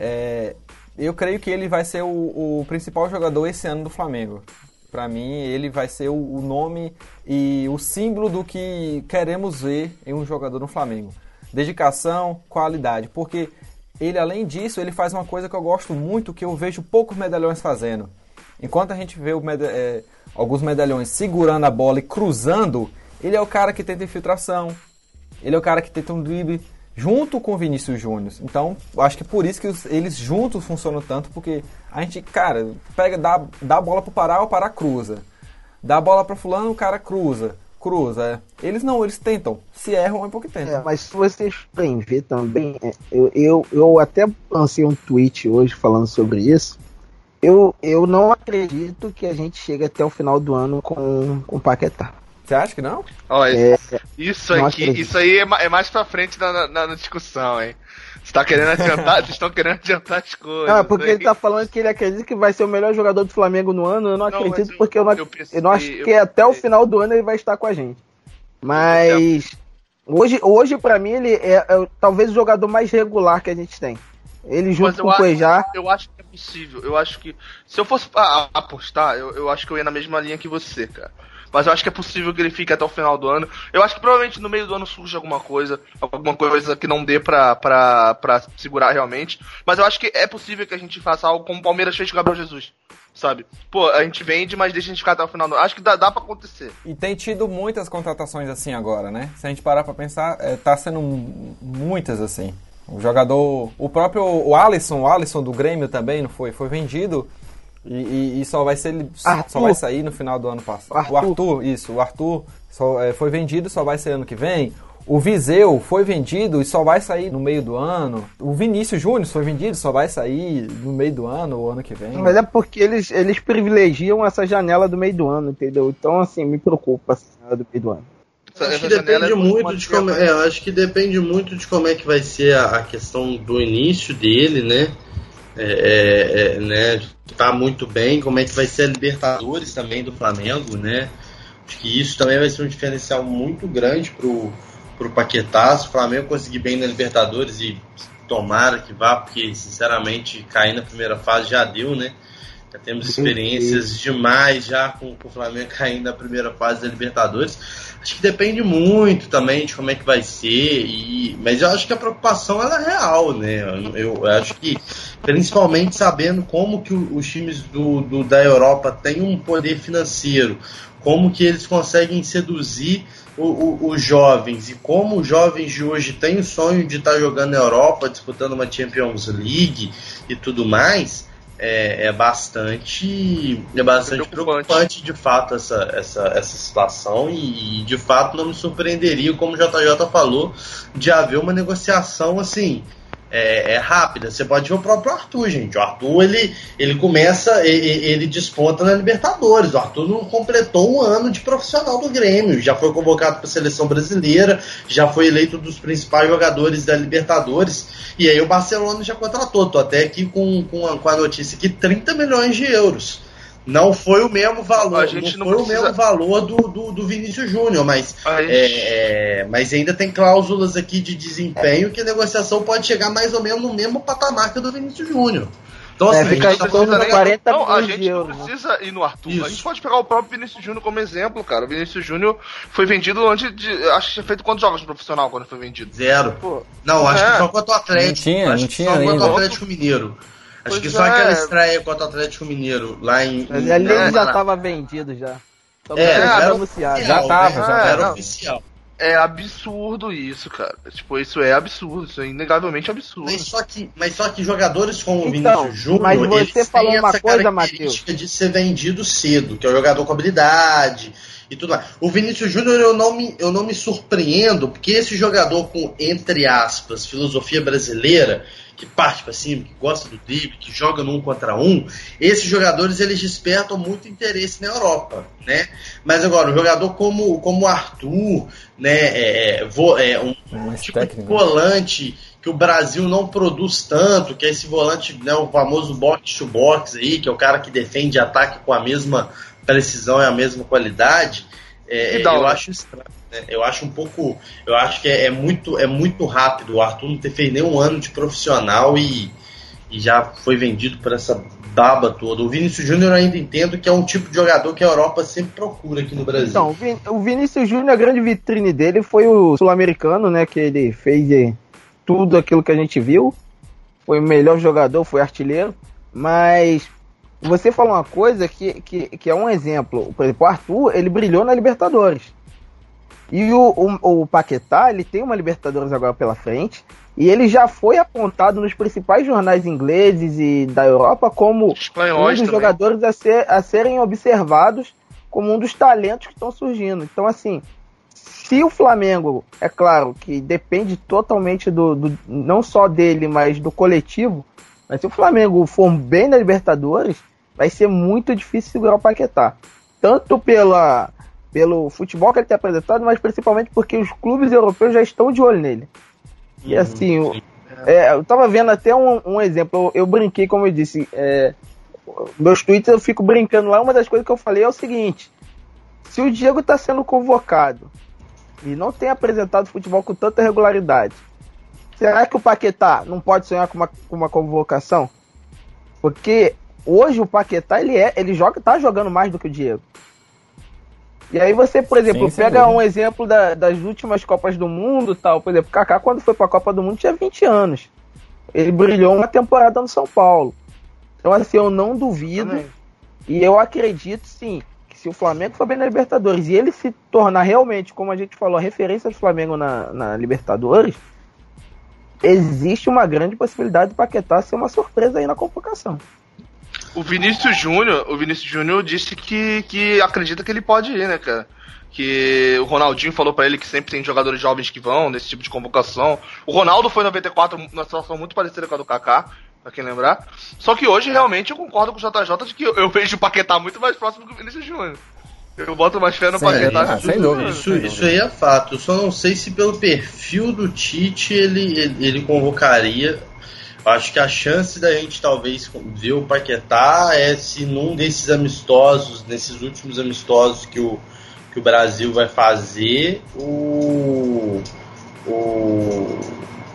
Eu creio que ele vai ser o principal jogador esse ano do Flamengo. Para mim, ele vai ser o nome e o símbolo do que queremos ver em um jogador no Flamengo. Dedicação, qualidade. Porque ele, além disso, ele faz uma coisa que eu gosto muito, que eu vejo poucos medalhões fazendo. Enquanto a gente vê alguns medalhões segurando a bola e cruzando, ele é o cara que tenta infiltração. Ele é o cara que tenta um drible junto com o Vinícius Júnior. Então, acho que é por isso que eles juntos funcionam tanto, porque a gente, cara, dá a bola pro Pará, o Pará cruza. Dá a bola pra fulano, o cara cruza. Eles tentam. Se erram é porque tentam.
Mas se vocês forem ver também, eu até lancei um tweet hoje falando sobre isso. Eu não acredito que a gente chegue até o final do ano com o Paquetá.
Você acha que não?
Isso aí é mais pra frente na discussão, hein? Vocês estão querendo adiantar as coisas.
Não, porque ele tá falando que ele acredita que vai ser o melhor jogador do Flamengo no ano. Eu não acredito, porque eu não acho que até o final do ano ele vai estar com a gente. Mas hoje pra mim, ele é talvez o jogador mais regular que a gente tem. Ele junto com o Cuejá.
Eu acho que é possível. Eu acho que, se eu fosse apostar, eu acho que eu ia na mesma linha que você, cara. Mas eu acho que é possível que ele fique até o final do ano. Eu acho que provavelmente no meio do ano surge alguma coisa que não dê pra segurar realmente. Mas eu acho que é possível que a gente faça algo como o Palmeiras fez com o Gabriel Jesus, sabe? Pô, a gente vende, mas deixa a gente ficar até o final do ano. Acho que dá pra acontecer.
E tem tido muitas contratações assim agora, né? Se a gente parar pra pensar, tá sendo muitas assim. O jogador, o Alisson do Grêmio também, não foi? Foi vendido. E só vai sair no final do ano passado. O Arthur foi vendido, só vai sair ano que vem. O Viseu foi vendido e só vai sair no meio do ano. O Vinícius Júnior foi vendido, só vai sair no meio do ano ou ano que vem.
Mas é porque eles privilegiam essa janela do meio do ano, entendeu? Então, assim, me preocupa essa janela do meio do ano.
Acho que depende muito de como acho que depende muito de como é que vai ser a questão do início dele, né? Né, tá muito bem, como é que vai ser a Libertadores também do Flamengo, né? Acho que isso também vai ser um diferencial muito grande pro Paquetá. Se o Flamengo conseguir bem na Libertadores, e tomara que vá, porque sinceramente cair na primeira fase já deu, né? Já temos experiências demais já com o Flamengo caindo na primeira fase da Libertadores. Acho que depende muito também de como é que vai ser, mas eu acho que a preocupação ela é real, né? Eu acho que, principalmente sabendo como que os times da Europa têm um poder financeiro, como que eles conseguem seduzir os jovens, e como os jovens de hoje têm o sonho de estar jogando na Europa, disputando uma Champions League e tudo mais, é bastante preocupante de fato essa situação, e de fato não me surpreenderia, como o JJ falou, de haver uma negociação assim rápida. Você pode ver o próprio Arthur, gente. O Arthur ele começa, ele desponta na Libertadores. O Arthur não completou um ano de profissional do Grêmio, já foi convocado para a seleção brasileira, já foi eleito um dos principais jogadores da Libertadores, e aí o Barcelona já contratou. Tô até aqui com a notícia que 30 milhões de euros. Não foi o mesmo valor, o mesmo valor do Vinícius Júnior, mas ainda tem cláusulas aqui de desempenho que a negociação pode chegar mais ou menos no mesmo patamar que a do Vinícius Júnior. Então, assim,
fica em torno de 40
não, a
milhões
gente
de euros.
Não precisa ir no Arthur. Isso. A gente pode pegar o próprio Vinícius Júnior como exemplo, cara. O Vinícius Júnior foi vendido antes de... Acho que tinha feito quantos jogos de profissional quando foi vendido?
0.
Pô,
não, acho que só contra o Atlético.
Não tinha
só
ainda.
contra o Atlético Mineiro. Acho que só aquela estreia contra o Atlético Mineiro lá em...
Mas ali ele já estava vendido já.
Era
anunciado.
Já
era oficial.
É absurdo isso, cara. Tipo, isso é absurdo. Isso é inegavelmente absurdo.
Mas só que jogadores como o Vinícius Júnior,
mas você
eles
falou
têm
uma
essa
coisa,
característica de ser vendido cedo, que é o jogador com habilidade e tudo mais. O Vinícius Júnior eu não me surpreendo, porque esse jogador com, entre aspas, filosofia brasileira, que parte para cima, que gosta do drible, que joga no 1 contra 1, esses jogadores eles despertam muito interesse na Europa, né? Mas agora, um jogador como o Arthur, né, um tipo de volante que o Brasil não produz tanto, que é esse volante, né, o famoso box-to-box aí, que é o cara que defende ataque com a mesma precisão e a mesma qualidade, eu acho estranho. Eu acho que é muito rápido o Arthur não ter feito nenhum ano de profissional e já foi vendido por essa baba toda. O Vinícius Júnior eu ainda entendo que é um tipo de jogador que a Europa sempre procura aqui no Brasil.
Então, o Vinícius Júnior, a grande vitrine dele foi o Sul-Americano, né, que ele fez tudo aquilo que a gente viu, foi o melhor jogador, foi artilheiro, mas você falou uma coisa que é um exemplo. Por exemplo, o Arthur, ele brilhou na Libertadores. E o Paquetá, ele tem uma Libertadores agora pela frente, e ele já foi apontado nos principais jornais ingleses e da Europa como um dos jogadores a serem observados como um dos talentos que estão surgindo. Então, assim, se o Flamengo, é claro que depende totalmente não só dele, mas do coletivo, mas se o Flamengo for bem na Libertadores, vai ser muito difícil segurar o Paquetá. Tanto pelo futebol que ele tem apresentado, mas principalmente porque os clubes europeus já estão de olho nele. E assim, eu tava vendo até um exemplo, eu brinquei, como eu disse, meus tweets eu fico brincando lá, uma das coisas que eu falei é o seguinte: se o Diego tá sendo convocado e não tem apresentado futebol com tanta regularidade, será que o Paquetá não pode sonhar com uma convocação? Porque hoje o Paquetá, tá jogando mais do que o Diego. E aí você, por exemplo, pega um exemplo das últimas Copas do Mundo, tal. Por exemplo, Kaká, quando foi pra Copa do Mundo, tinha 20 anos. Ele brilhou uma temporada no São Paulo. Então, assim, eu não duvido, e eu acredito, sim, que se o Flamengo for bem na Libertadores, e ele se tornar realmente, como a gente falou, a referência do Flamengo na Libertadores, existe uma grande possibilidade do Paquetá ser uma surpresa aí na convocação.
O Vinícius Júnior disse que acredita que ele pode ir, né, cara? Que o Ronaldinho falou pra ele que sempre tem jogadores jovens que vão nesse tipo de convocação. O Ronaldo foi em 94 numa situação muito parecida com a do Kaká, pra quem lembrar. Só que hoje, realmente, eu concordo com o JJ de que eu vejo o Paquetá muito mais próximo que o Vinícius Júnior. Eu boto mais fé no Paquetá.
Sem dúvida.
Isso aí é fato. Eu só não sei se pelo perfil do Tite ele convocaria. Acho que a chance da gente talvez ver o Paquetá é se num desses amistosos, nesses últimos amistosos que o Brasil vai fazer,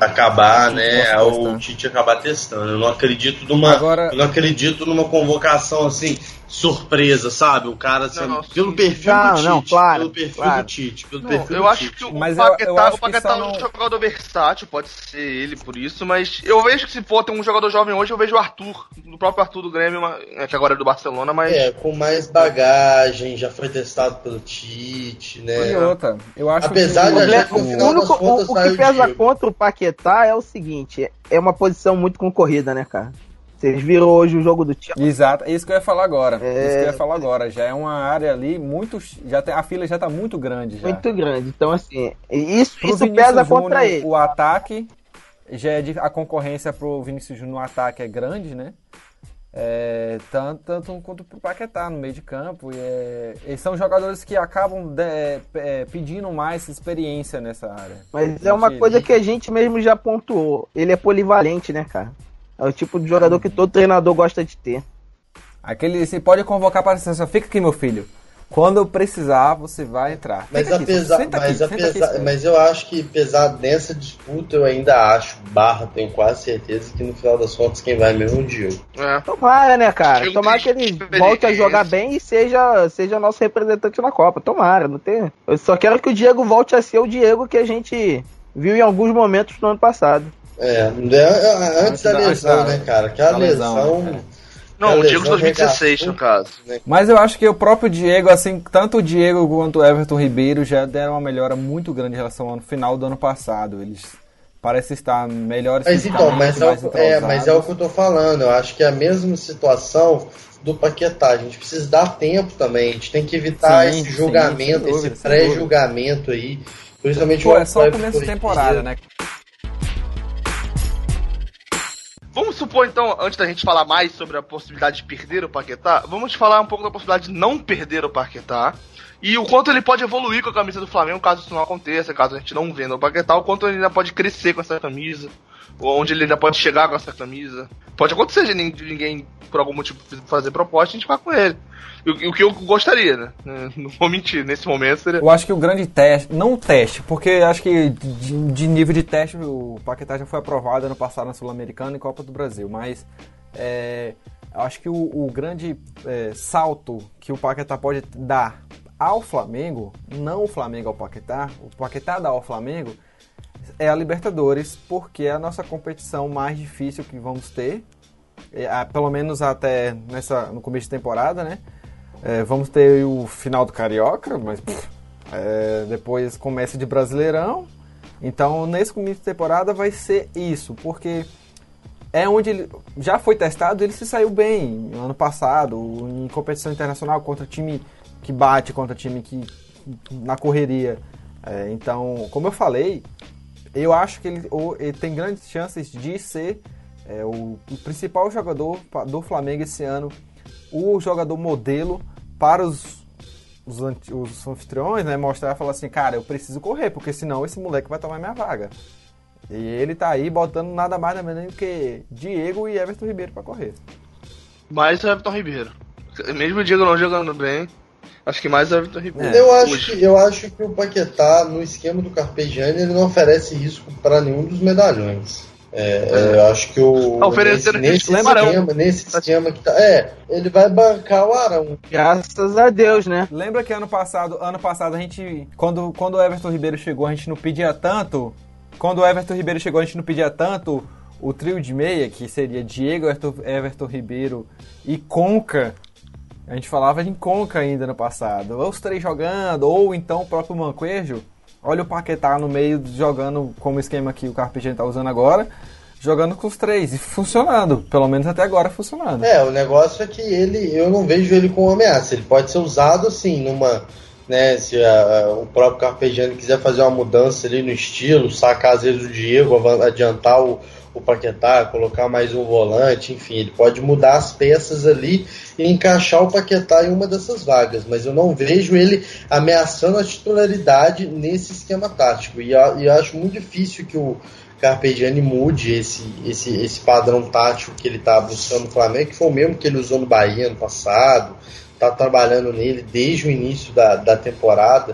acabar, né, o Tite acabar testando. Eu não acredito numa convocação assim surpresa, sabe? O cara pelo perfil do Tite, pelo perfil do Tite,
eu acho que o Paquetá é um jogador versátil, pode ser ele por isso, mas eu vejo que se for ter um jogador jovem hoje, eu vejo o Arthur, o próprio Arthur do Grêmio, que agora é do Barcelona, mas
com mais bagagem, já foi testado pelo Tite, né?
E outra, eu acho
apesar
que
o que pesa contra o Paquetá é o seguinte, é uma posição muito concorrida, né, cara? Vocês viram hoje o jogo do Chelsea?
Exato, é isso que eu ia falar agora. Já é uma área ali muito. A fila já tá muito grande.
Muito grande. Então, assim, isso pesa contra ele.
O ataque a concorrência pro Vinícius Júnior no ataque é grande, né? Tanto quanto pro Paquetá no meio de campo. Eles são jogadores que acabam pedindo mais experiência nessa área.
Mas é uma coisa que a gente mesmo já pontuou. Ele é polivalente, né, cara? É o tipo de jogador que todo treinador gosta de ter.
Você pode convocar para a seleção. Fica aqui, meu filho. Quando eu precisar, você vai entrar.
Mas eu acho que apesar dessa disputa, eu ainda acho, tenho quase certeza que no final das contas quem vai mesmo é o Diego.
Tomara, né, cara? Tomara que ele volte a jogar bem e seja nosso representante na Copa. Tomara, não tem. Eu só quero que o Diego volte a ser o Diego que a gente viu em alguns momentos no ano passado.
Antes da lesão, né, cara? Aquela lesão.
Não, o Diego de 2016, no caso.
Mas eu acho que o próprio Diego, assim, tanto o Diego quanto o Everton Ribeiro já deram uma melhora muito grande em relação ao final do ano passado. Eles parecem estar melhores.
Mas é o que eu tô falando. Eu acho que é a mesma situação do Paquetá. A gente precisa dar tempo também. A gente tem que evitar esse julgamento, esse pré-julgamento aí. Principalmente
é só o começo de temporada, né?
Vamos supor, então, antes da gente falar mais sobre a possibilidade de perder o Paquetá, vamos falar um pouco da possibilidade de não perder o Paquetá e o quanto ele pode evoluir com a camisa do Flamengo, caso isso não aconteça, caso a gente não venda o Paquetá, o quanto ele ainda pode crescer com essa camisa, ou onde ele ainda pode chegar com essa camisa. Pode acontecer de ninguém, por algum motivo, fazer proposta, a gente vai com ele. O que eu gostaria, né? Não vou mentir, nesse momento seria...
Eu acho que o grande teste, não o teste, porque acho que de nível de teste o Paquetá já foi aprovado ano passado na Sul-Americana e Copa do Brasil, mas eu acho que o grande salto que o Paquetá pode dar ao Flamengo, não o Flamengo ao Paquetá, o Paquetá dá ao Flamengo, é a Libertadores, porque é a nossa competição mais difícil que vamos ter, pelo menos até no começo de temporada, né? Vamos ter o final do Carioca, mas depois começa de Brasileirão. Então, nesse começo de temporada vai ser isso, porque é onde ele já foi testado, ele se saiu bem no ano passado, em competição internacional, contra time que bate, contra time que na correria. Então, como eu falei, eu acho que ele tem grandes chances de ser o principal jogador do Flamengo esse ano, o jogador modelo para os anfitriões, né, mostrar e falar assim, cara, eu preciso correr, porque senão esse moleque vai tomar minha vaga. E ele tá aí botando nada mais nada menos que Diego e Everton Ribeiro para correr.
Mais o Everton Ribeiro. Mesmo o Diego não jogando bem, acho que mais o Everton Ribeiro.
Eu acho que o Paquetá, no esquema do Carpegiani, ele não oferece risco para nenhum dos medalhões. Eu acho que nesse esquema que tá. Ele vai bancar o Arão.
Graças a Deus, né?
Lembra que ano passado a gente. Quando o Everton Ribeiro chegou, a gente não pedia tanto. Quando o Everton Ribeiro chegou, a gente não pedia tanto o trio de meia, que seria Diego, Everton Ribeiro e Conca. A gente falava em Conca ainda no passado. Ou os três jogando, ou então o próprio Manquejo. Olha o Paquetá no meio jogando como o esquema que o Carpegiani tá usando agora, jogando com os três e funcionando, pelo menos até agora funcionando.
O negócio é que eu não vejo ele como ameaça. Ele pode ser usado assim numa, né, se o próprio Carpegiani quiser fazer uma mudança ali no estilo, sacar às vezes o Diego, adiantar o Paquetá, colocar mais um volante, enfim, ele pode mudar as peças ali e encaixar o Paquetá em uma dessas vagas, mas eu não vejo ele ameaçando a titularidade nesse esquema tático, e eu acho muito difícil que o Carpegiani mude esse padrão tático que ele está buscando no Flamengo, que foi o mesmo que ele usou no Bahia ano passado, está trabalhando nele desde o início da temporada.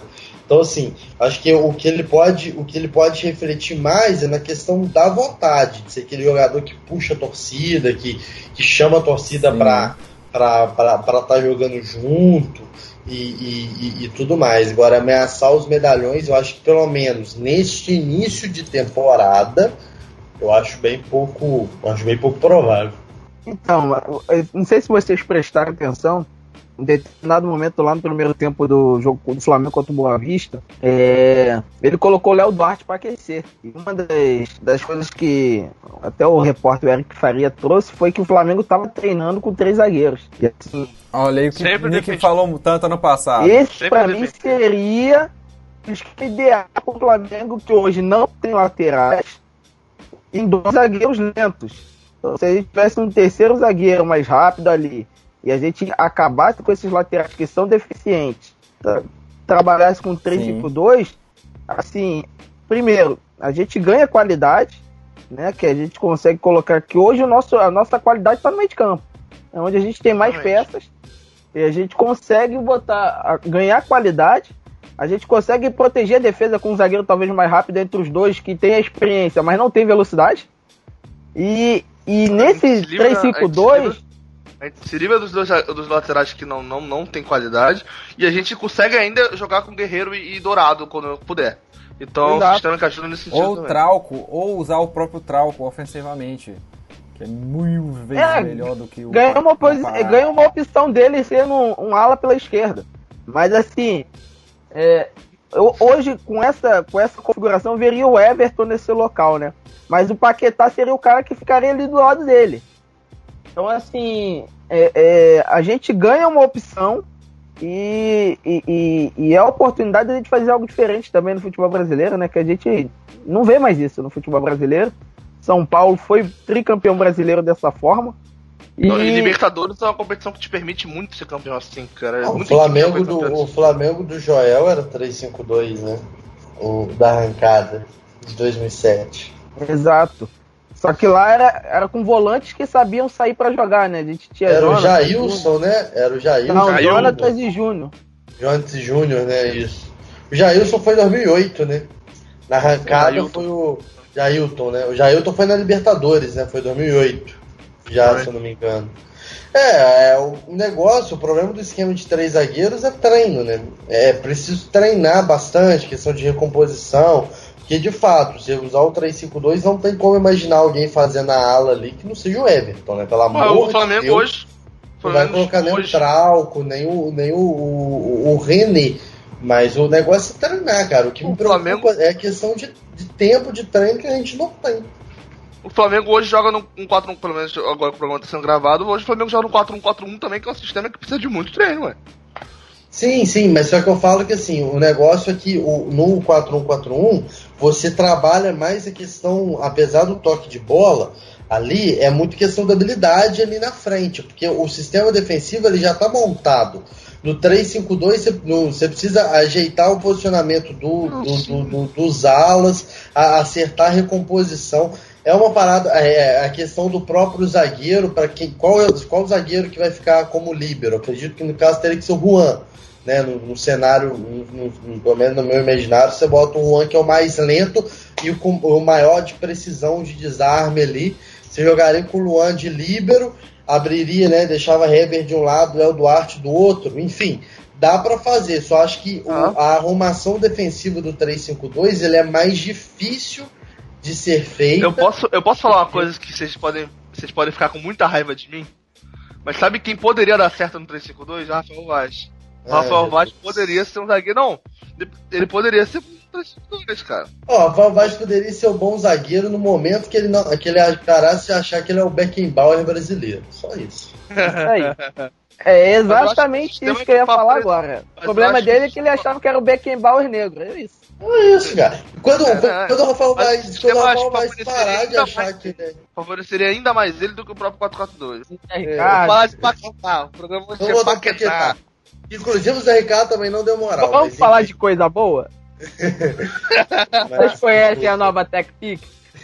Então, assim, acho que o que ele pode refletir mais é na questão da vontade, de ser aquele jogador que puxa a torcida, que chama a torcida para estar jogando junto e tudo mais. Agora, ameaçar os medalhões, eu acho que pelo menos neste início de temporada, eu acho bem pouco provável.
Então, não sei se vocês prestaram atenção, em determinado momento lá no primeiro tempo do jogo do Flamengo contra o Boa Vista, ele colocou o Léo Duarte para aquecer. E uma das coisas que até o repórter Eric Faria trouxe foi que o Flamengo estava treinando com 3 zagueiros. E assim,
olha aí o que o Nick falou tanto ano passado.
Esse para mim seria o esquema ideal para o Flamengo, que hoje não tem laterais, em 2 zagueiros lentos. Então, se a gente tivesse um terceiro zagueiro mais rápido ali, e a gente acabasse com esses laterais que são deficientes, trabalhasse com 3-5-2, assim, primeiro, a gente ganha qualidade, né, que a gente consegue colocar que hoje a nossa qualidade está no meio de campo, é onde a gente tem mais peças, e a gente consegue ganhar qualidade, a gente consegue proteger a defesa com um zagueiro talvez mais rápido entre os dois, que tem a experiência, mas não tem velocidade, e nesse 3-5-2...
A gente se livra dos laterais que não tem qualidade, e a gente consegue ainda jogar com Guerreiro e Dourado quando puder. Então, o sistema que ajuda nesse sentido
ou
também.
Trauco, ou usar o próprio Trauco ofensivamente, que é mil vezes melhor do que o...
Ganha uma opção dele sendo um ala pela esquerda. Mas assim, hoje com essa configuração eu veria o Everton nesse local, né? Mas o Paquetá seria o cara que ficaria ali do lado dele. Então, assim, a gente ganha uma opção e é a oportunidade de a gente fazer algo diferente também no futebol brasileiro, né? Que a gente não vê mais isso no futebol brasileiro. São Paulo foi tricampeão brasileiro dessa forma.
E Libertadores é uma competição que te permite muito ser campeão assim, cara.
O Flamengo do Joel era 3-5-2, né? O da arrancada de 2007.
Exato. Só que lá era com volantes que sabiam sair pra jogar, né? A gente tinha
era o Jailson, né? Era o Jailson.
Não, Jonatas e Júnior.
Jonatas e Júnior, né? Isso. O Jailson foi em 2008, né? Na arrancada foi o Jailton, né? O Jailton foi na Libertadores, né? Foi em 2008. Já, se eu não me engano. O negócio, o problema do esquema de 3 zagueiros é treino, né? É preciso treinar bastante, questão de recomposição. Porque, de fato, se usar o 3-5-2, não tem como imaginar alguém fazendo a ala ali que não seja o Everton, né? Pelo amor
de Flamengo
Deus,
hoje...
Não vai colocar nem o Trauco, nem o René. Mas o negócio é treinar, cara. O que me preocupa é a questão de tempo de treino que a gente não tem.
O Flamengo hoje joga no 4-1, pelo menos agora que o programa está sendo gravado, hoje o Flamengo joga no 4-1-4-1 também, que é um sistema que precisa de muito treino, ué.
Sim, mas só que eu falo que assim, o negócio é que no 4-1-4-1 você trabalha mais a questão, apesar do toque de bola, ali é muito questão da habilidade ali na frente, porque o sistema defensivo ele já está montado. No 3-5-2 você precisa ajeitar o posicionamento dos alas, acertar a recomposição. É uma parada, a questão do próprio zagueiro, para qual zagueiro que vai ficar como líbero. Acredito que no caso teria que ser o Juan. Né, no cenário, pelo menos no meu imaginário, você bota o Juan, que é o mais lento e o maior de precisão de desarme ali. Você jogaria com o Luan de líbero, abriria, né, deixava Heber de um lado, Léo Duarte do outro, enfim, dá para fazer. Só acho que a arrumação defensiva do 3-5-2 ele é mais difícil de ser feita.
Eu posso falar uma coisa que vocês podem ficar com muita raiva de mim? Mas sabe quem poderia dar certo no 3-5-2? Rafael Vaz. Rafael Vaz poderia ser um zagueiro. Não, ele poderia ser um 3-5-2, cara.
Rafael Vaz poderia ser um bom zagueiro no momento que ele parasse de achar que ele é o Beckenbauer brasileiro. Só isso.
É exatamente isso que eu ia falar agora. O problema dele é que ele achava que era o Beckenbauer negro. É isso.
É isso, cara. Quando o Rafael Vaz parar de achar que ele
favoreceria ainda mais ele do que o próprio 4-4-2.
Falar
de Paquetá. O programa vai ser Paquetá.
Inclusive o Zé Ricardo também não deu moral.
Vamos falar de coisa boa? Vocês conhecem a nova TechPix?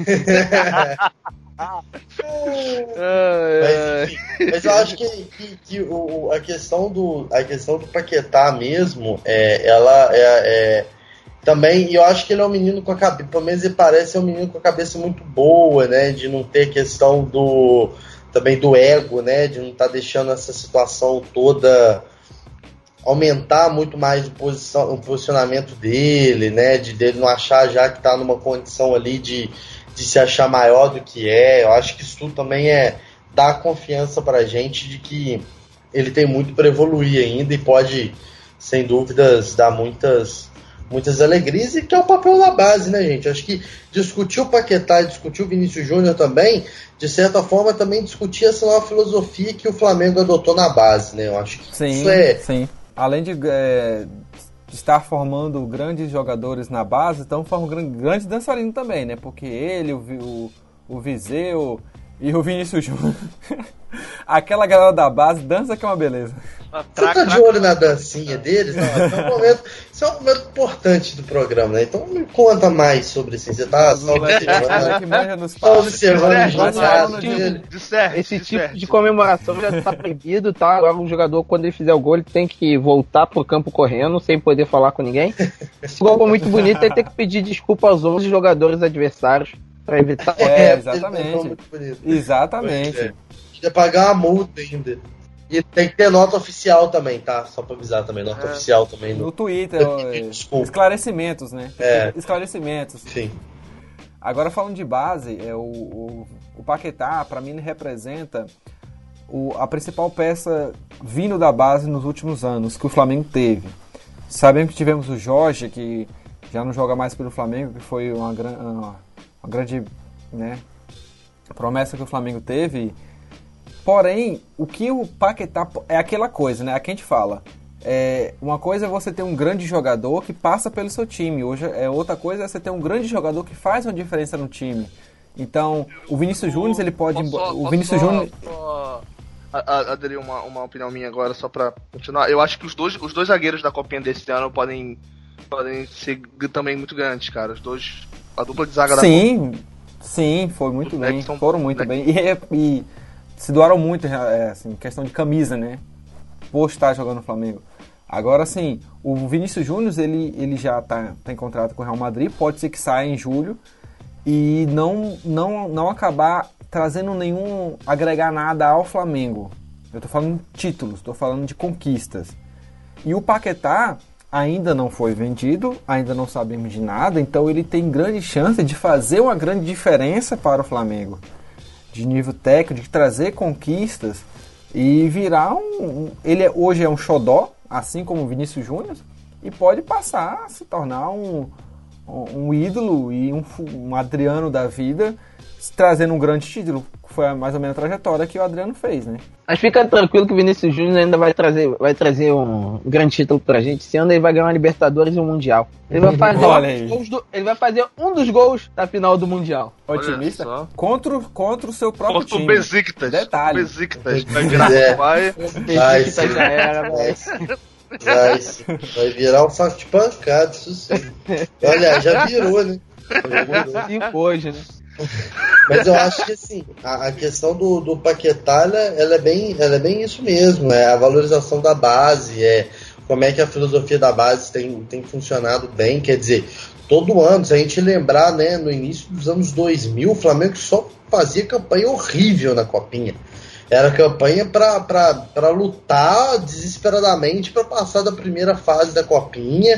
Mas eu acho que a questão do Paquetá mesmo, ela também, e eu acho que ele é um menino com a cabeça, pelo menos ele parece ser um menino com a cabeça muito boa, né, de não ter questão também do ego, né, de não estar deixando essa situação toda aumentar muito mais o posicionamento dele, né, de dele não achar já que está numa condição ali de se achar maior do que é. Eu acho que isso tudo também dá confiança pra gente de que ele tem muito para evoluir ainda e pode, sem dúvidas, dar muitas alegrias, e que é o papel da base, né, gente? Acho que discutir o Paquetá e discutir o Vinícius Júnior também, de certa forma, também discutir essa nova filosofia que o Flamengo adotou na base, né? Eu acho que isso
Sim. Além de estar formando grandes jogadores na base, estão formando grandes dançarinos também, né? Porque ele, o Viseu e o Vinícius Júnior, aquela galera da base dança que é uma beleza.
Você tá de olho na dancinha deles? Isso é um momento importante do programa, né? Então me conta mais sobre isso. Você tá só observando
esse tipo de comemoração já tá proibido, tá? Agora o jogador, quando ele fizer o gol, ele tem que voltar pro campo correndo, sem poder falar com ninguém. Se o gol for muito bonito, ele tem que pedir desculpa aos 11 jogadores adversários pra evitar...
Exatamente.
Queria pagar uma multa ainda. E tem que ter nota oficial também, tá? Só pra avisar também, nota oficial também.
No Twitter, esclarecimentos, né? Esclarecimentos.
Sim.
Agora, falando de base, o Paquetá, pra mim, ele representa a principal peça vindo da base nos últimos anos que o Flamengo teve. Sabemos que tivemos o Jorge, que já não joga mais pelo Flamengo, que foi uma grande, né, promessa que o Flamengo teve. Porém, o que o Paquetá é aquela coisa, né? Aqui a gente fala. Uma coisa é você ter um grande jogador que passa pelo seu time. Hoje, outra coisa é você ter um grande jogador que faz uma diferença no time. Então, o Vinícius Júnior, ele pode...
aderir uma opinião minha agora, só pra continuar. Eu acho que os dois zagueiros da Copinha desse ano podem ser também muito grandes, cara. A dupla de zaga da Copinha.
Sim, foi muito bem. Foram muito bem. E se doaram muito, assim, questão de camisa, né? Por estar jogando no Flamengo. Agora, assim, o Vinícius Júnior, ele já tem contrato com o Real Madrid, pode ser que saia em julho e não acabar trazendo agregar nada ao Flamengo. Eu tô falando de títulos, tô falando de conquistas. E o Paquetá ainda não foi vendido, ainda não sabemos de nada, então ele tem grande chance de fazer uma grande diferença para o Flamengo. De nível técnico, de trazer conquistas e virar ele hoje é um xodó, assim como o Vinícius Júnior, e pode passar a se tornar um ídolo e um Adriano da vida, trazendo um grande título. Foi mais ou menos a trajetória que o Adriano fez, né?
Mas fica tranquilo que o Vinícius Júnior ainda vai trazer um grande título pra gente. Esse ano ele vai ganhar uma Libertadores e um Mundial. Ele vai fazer, ele vai fazer um dos gols da final do Mundial.
Otimista? Contra o seu próprio time.
Contra o Besiktas.
Detalhe.
Besiktas. Vai virar
vai virar um saco de pancada, isso sim. Olha, já virou, né?
Hoje, né?
Mas eu acho que assim, a questão do Paquetá, ela é bem isso mesmo, a valorização da base, como é que a filosofia da base tem funcionado bem. Quer dizer, todo ano, se a gente lembrar, né, no início dos anos 2000, o Flamengo só fazia campanha horrível na Copinha. Era campanha para lutar desesperadamente para passar da primeira fase da Copinha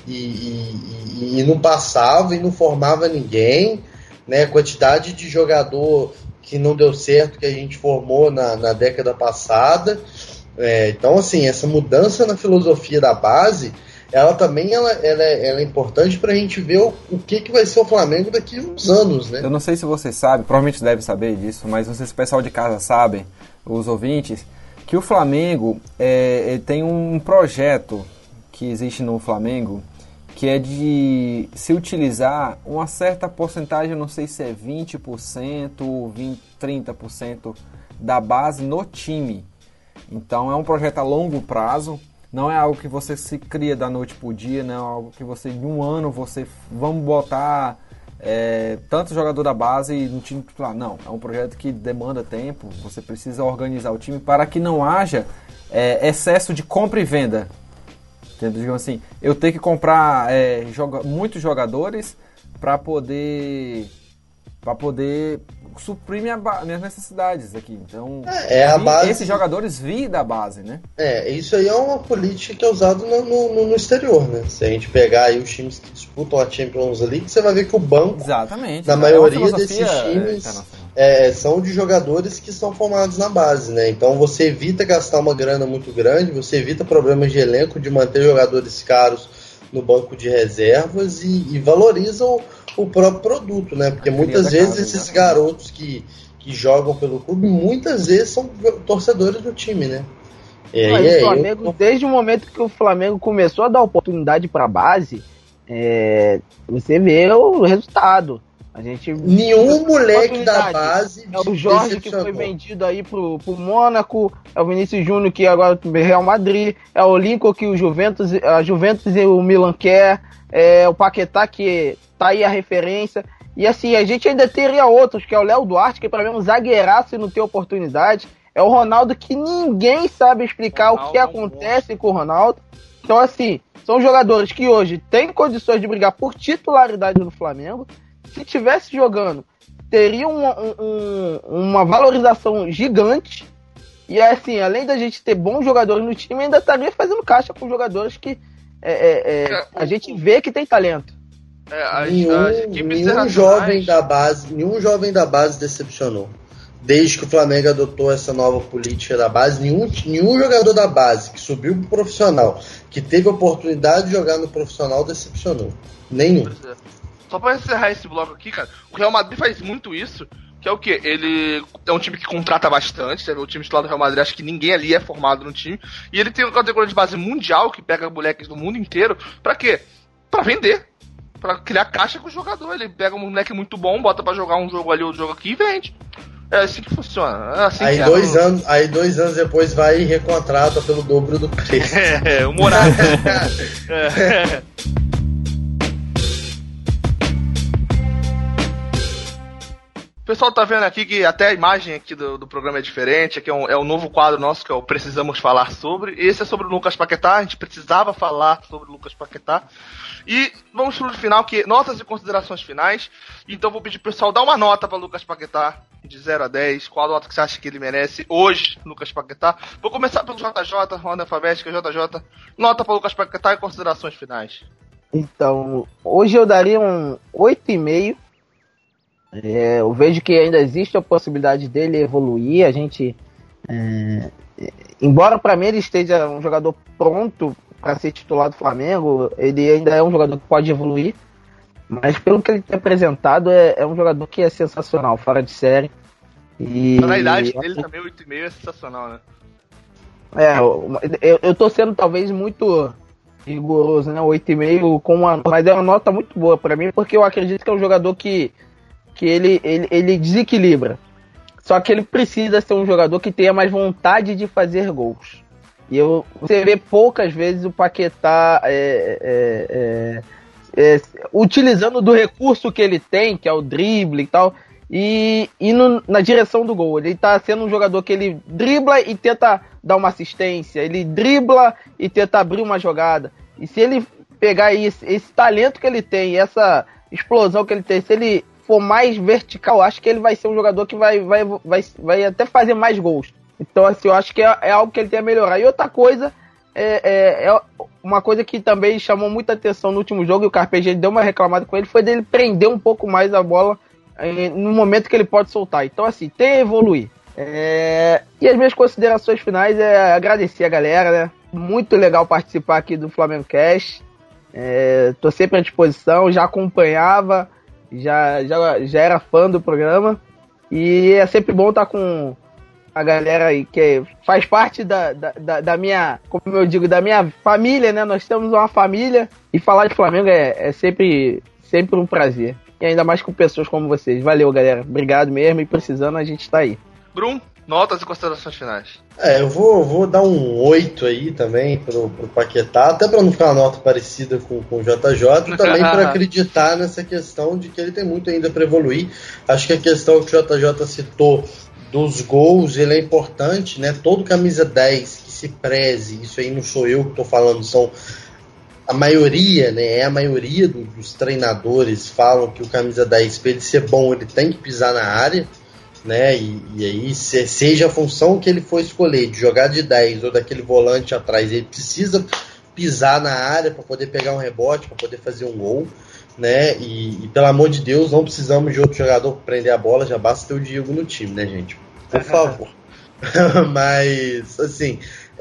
e não passava e não formava ninguém, né? Quantidade de jogador que não deu certo que a gente formou na década passada. Então, assim, essa mudança na filosofia da base, ela também ela é importante para a gente ver o que vai ser o Flamengo daqui a uns anos, né?
Eu não sei se você sabe, provavelmente deve saber disso, mas não sei se o pessoal de casa sabe, os ouvintes, que o Flamengo tem um projeto que existe no Flamengo, que é de se utilizar uma certa porcentagem, não sei se é 20%, 30% da base no time. Então é um projeto a longo prazo, não é algo que você se cria da noite pro dia, não é algo que você, em um ano, vamos botar tanto jogador da base no time titular. Não, é um projeto que demanda tempo, você precisa organizar o time para que não haja excesso de compra e venda. Entendeu? Digamos assim, eu tenho que comprar muitos jogadores para poder suprir minhas necessidades aqui. Então,
a base...
esses jogadores vêm da base, né?
Isso aí é uma política que é usada no exterior, né? Se a gente pegar aí os times que disputam a Champions League, você vai ver que o banco,
exatamente,
na maioria desses times, são de jogadores que são formados na base, né? Então você evita gastar uma grana muito grande, você evita problemas de elenco, de manter jogadores caros no banco de reservas e valoriza o próprio produto, né? Porque muitas vezes esses garotos que jogam pelo clube, muitas vezes são torcedores do time, né?
O Flamengo, desde o momento que o Flamengo começou a dar oportunidade para a base, você vê o resultado.
Nenhum moleque da base
o Jorge que foi vendido aí pro Mônaco, é o Vinícius Júnior que agora pro Real Madrid, é o Lincoln que a Juventus e o Milan quer, é o Paquetá que tá aí a referência. E assim, a gente ainda teria outros, que é o Léo Duarte, que pra mim é um zagueiraço e não tem oportunidade. É o Ronaldo que ninguém sabe explicar o que acontece com o Ronaldo. Então assim, são jogadores que hoje têm condições de brigar por titularidade no Flamengo. Se tivesse jogando, teria uma valorização gigante. E assim, além da gente ter bons jogadores no time, ainda estaria fazendo caixa com jogadores que a gente vê que tem talento.
Nenhum jovem da base decepcionou. Desde que o Flamengo adotou essa nova política da base, nenhum jogador da base que subiu pro profissional, que teve a oportunidade de jogar no profissional, decepcionou. Nenhum.
Só pra encerrar esse bloco aqui, cara, o Real Madrid faz muito isso, que é o quê? Ele é um time que contrata bastante, sabe? O time titular do Real Madrid, acho que ninguém ali é formado no time, e ele tem uma categoria de base mundial, que pega moleques do mundo inteiro, pra quê? Pra vender, pra criar caixa com o jogador. Ele pega um moleque muito bom, bota pra jogar um jogo ali, outro jogo aqui e vende. É assim que funciona. É assim
aí, que 2 anos depois vai e recontrata pelo dobro do preço.
O Morata. O pessoal tá vendo aqui que até a imagem aqui do programa é diferente. Aqui é um novo quadro nosso que é o Precisamos Falar Sobre. Esse é sobre o Lucas Paquetá. A gente precisava falar sobre o Lucas Paquetá. E vamos pro final, que notas e considerações finais. Então vou pedir pro pessoal dar uma nota para Lucas Paquetá, de 0 a 10. Qual a nota que você acha que ele merece hoje, Lucas Paquetá? Vou começar pelo JJ, ordem alfabética, JJ. Nota para Lucas Paquetá e considerações finais.
Então, hoje eu daria um 8,5. Eu vejo que ainda existe a possibilidade dele evoluir. A gente, embora para mim ele esteja um jogador pronto para ser titular do Flamengo, ele ainda é um jogador que pode evoluir, mas pelo que ele tem apresentado, é um jogador que é sensacional, fora de série. E
na idade dele também 8,5 é sensacional, né?
Eu tô sendo talvez muito rigoroso, né? 8,5 mas é uma nota muito boa para mim, porque eu acredito que é um jogador que ele desequilibra. Só que ele precisa ser um jogador que tenha mais vontade de fazer gols. E você vê poucas vezes o Paquetá utilizando do recurso que ele tem, que é o drible e tal, e na direção do gol. Ele tá sendo um jogador que ele dribla e tenta dar uma assistência, ele dribla e tenta abrir uma jogada. E se ele pegar esse talento que ele tem, essa explosão que ele tem, se ele for mais vertical, acho que ele vai ser um jogador que vai até fazer mais gols. Então, assim, eu acho que é algo que ele tem a melhorar. E outra coisa, uma coisa que também chamou muita atenção no último jogo, e o Carpegiani deu uma reclamada com ele, foi dele prender um pouco mais a bola no momento que ele pode soltar. Então, assim, tem a evoluir. E as minhas considerações finais é agradecer a galera, né? Muito legal participar aqui do Flamengo Cast. Tô sempre à disposição, já acompanhava, já era fã do programa. E é sempre bom estar com a galera aí que faz parte da minha, como eu digo, da minha família, né? Nós temos uma família e falar de Flamengo é sempre um prazer. E ainda mais com pessoas como vocês. Valeu, galera. Obrigado mesmo, e precisando a gente tá aí.
Brum, notas e considerações finais.
Eu vou dar um 8 aí também pro Paquetá, até para não ficar uma nota parecida com o JJ, também para acreditar nessa questão de que ele tem muito ainda para evoluir. Acho que a questão que o JJ citou dos gols, ele é importante, né? Todo camisa 10 que se preze, isso aí não sou eu que estou falando, são a maioria, né? A maioria dos treinadores falam que o camisa 10, para ele ser bom, ele tem que pisar na área, né? E aí, seja a função que ele for escolher, de jogar de 10 ou daquele volante atrás, ele precisa pisar na área para poder pegar um rebote, para poder fazer um gol, né? E pelo amor de Deus, não precisamos de outro jogador para prender a bola, já basta ter o Diego no time, né, gente? Por favor. Mas, assim,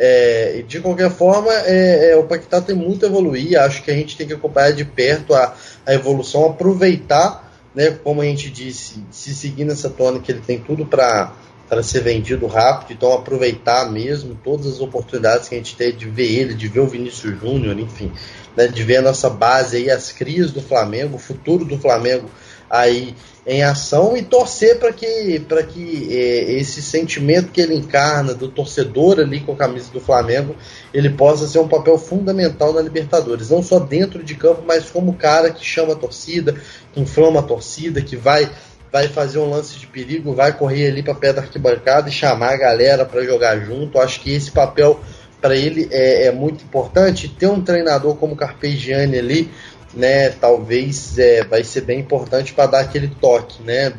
de qualquer forma, o Paquetá tem muito a evoluir. Acho que a gente tem que acompanhar de perto a evolução, aproveitar, né, como a gente disse, se seguir nessa tônica, ele tem tudo para ser vendido rápido, então aproveitar mesmo todas as oportunidades que a gente tem de ver ele, de ver o Vinícius Júnior, enfim, né, de ver a nossa base aí, as crias do Flamengo, o futuro do Flamengo aí em ação, e torcer para que esse sentimento que ele encarna do torcedor ali com a camisa do Flamengo, ele possa ser um papel fundamental na Libertadores, não só dentro de campo, mas como cara que chama a torcida, que inflama a torcida, que vai fazer um lance de perigo, vai correr ali para pé da arquibancada e chamar a galera para jogar junto. Acho que esse papel para ele é muito importante. Ter um treinador como Carpegiani ali, né, talvez vai ser bem importante para dar aquele toque, né,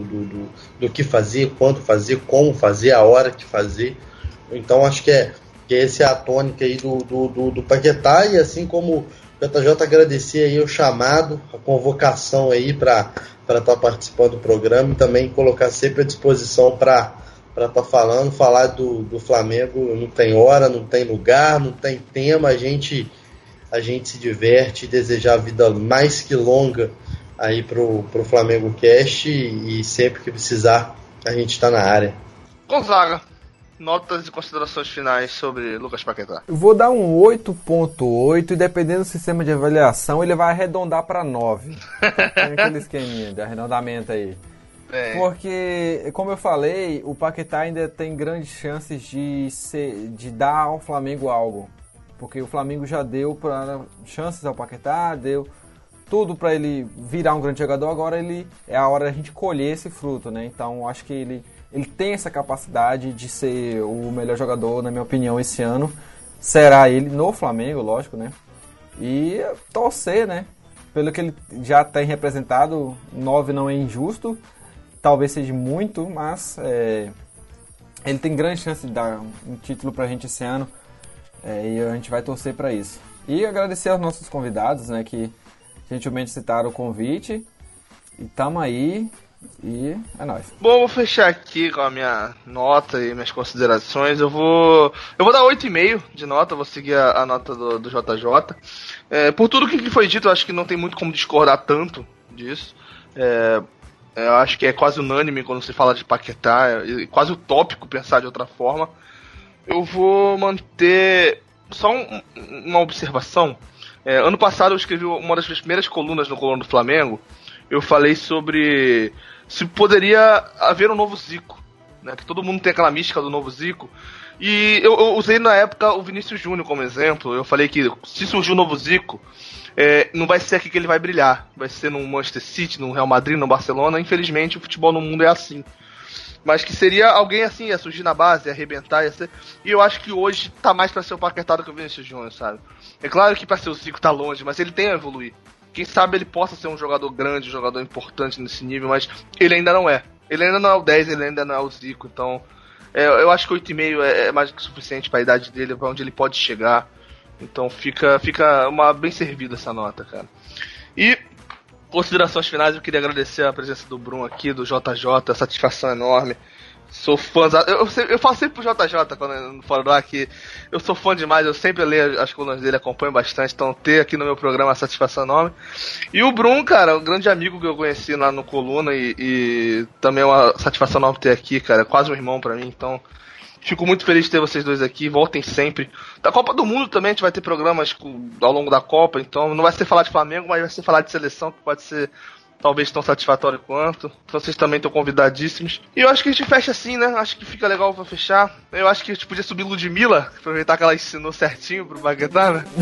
do que fazer, quando fazer, como fazer, a hora que fazer. Então acho que essa é a tônica aí do Paquetá, e assim como o JJ, agradecer aí o chamado, a convocação aí para estar participando do programa, e também colocar sempre à disposição para estar falar do Flamengo. Não tem hora, não tem lugar, não tem tema, a gente se diverte, desejar a vida mais que longa aí pro Flamengo Cast, e sempre que precisar a gente está na área.
Gonzaga, notas e considerações finais sobre Lucas Paquetá.
Eu vou dar um 8.8 e dependendo do sistema de avaliação ele vai arredondar para 9. Tem aquele esqueminha de arredondamento aí. Porque, como eu falei, o Paquetá ainda tem grandes chances de dar ao Flamengo algo. Porque o Flamengo já deu chances ao Paquetá, deu tudo para ele virar um grande jogador. Agora é a hora da gente colher esse fruto, né? Então acho que ele tem essa capacidade de ser o melhor jogador, na minha opinião, esse ano. Será ele no Flamengo, lógico, né? E torcer, né? Pelo que ele já tem representado, 9 não é injusto. Talvez seja muito, mas ele tem grande chance de dar um título pra gente esse ano. E a gente vai torcer para isso. E agradecer aos nossos convidados, né, que gentilmente citaram o convite. E tamo aí. E é nóis.
Bom, vou fechar aqui com a minha nota e minhas considerações. Eu vou dar 8,5 de nota. Vou seguir a nota do JJ. Por tudo que foi dito, eu acho que não tem muito como discordar tanto disso. Eu acho que é quase unânime quando se fala de Paquetá. É quase utópico pensar de outra forma. Eu vou manter só uma observação. Ano passado eu escrevi uma das primeiras colunas no Coluna do Flamengo. Eu falei sobre se poderia haver um novo Zico, né? Que todo mundo tem aquela mística do novo Zico. E eu usei na época o Vinícius Júnior como exemplo. Eu falei que se surgir um novo Zico, não vai ser aqui que ele vai brilhar. Vai ser no Manchester City, no Real Madrid, no Barcelona. Infelizmente o futebol no mundo é assim. Mas que seria alguém assim, ia surgir na base, ia arrebentar, ia ser... E eu acho que hoje tá mais pra ser o Paquetá do que o Vinícius Júnior, sabe? É claro que pra ser o Zico tá longe, mas ele tem a evoluir. Quem sabe ele possa ser um jogador grande, um jogador importante nesse nível, mas ele ainda não é. Ele ainda não é o 10, ele ainda não é o Zico, então... eu acho que 8,5 é mais do que suficiente pra idade dele, pra onde ele pode chegar. Então fica bem servida essa nota, cara. E... considerações finais, eu queria agradecer a presença do Bruno aqui, do JJ, satisfação enorme. Sou fã, eu falo sempre pro JJ quando eu falo lá que eu sou fã demais, eu sempre leio as colunas dele, acompanho bastante, então ter aqui no meu programa a satisfação enorme. E o Bruno, cara, um grande amigo que eu conheci lá no Coluna e também é uma satisfação enorme ter aqui, cara, quase um irmão pra mim, então fico muito feliz de ter vocês dois aqui, voltem sempre. Da Copa do Mundo também a gente vai ter programas ao longo da Copa, então não vai ser falar de Flamengo, mas vai ser falar de seleção, que pode ser talvez tão satisfatório quanto. Então vocês também estão convidadíssimos. E eu acho que a gente fecha assim, né? Acho que fica legal pra fechar. Eu acho que a gente podia subir Ludmilla, aproveitar que ela ensinou certinho pro Paquetá, né?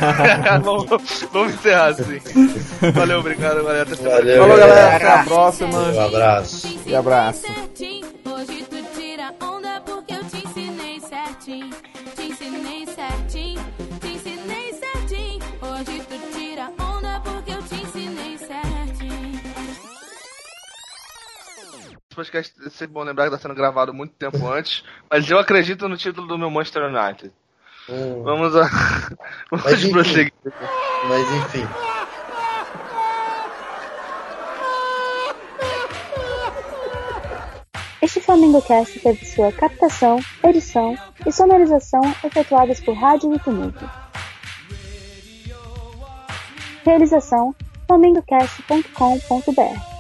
vamos encerrar assim. Valeu, obrigado, galera.
Valeu, falou, galera. Até a próxima.
Um abraço.
E abraço.
Hoje tu tira onda porque eu te ensinei certinho. Te ensinei certinho. Te ensinei certinho. Hoje
podcast é sempre bom lembrar que está sendo gravado muito tempo antes, mas eu acredito no título do meu Manchester United. Vamos prosseguir.
Mas enfim.
Este FlamengoCast teve sua captação, edição e sonorização efetuadas por Rádio Wikimedia. Realização: flamengocast.com.br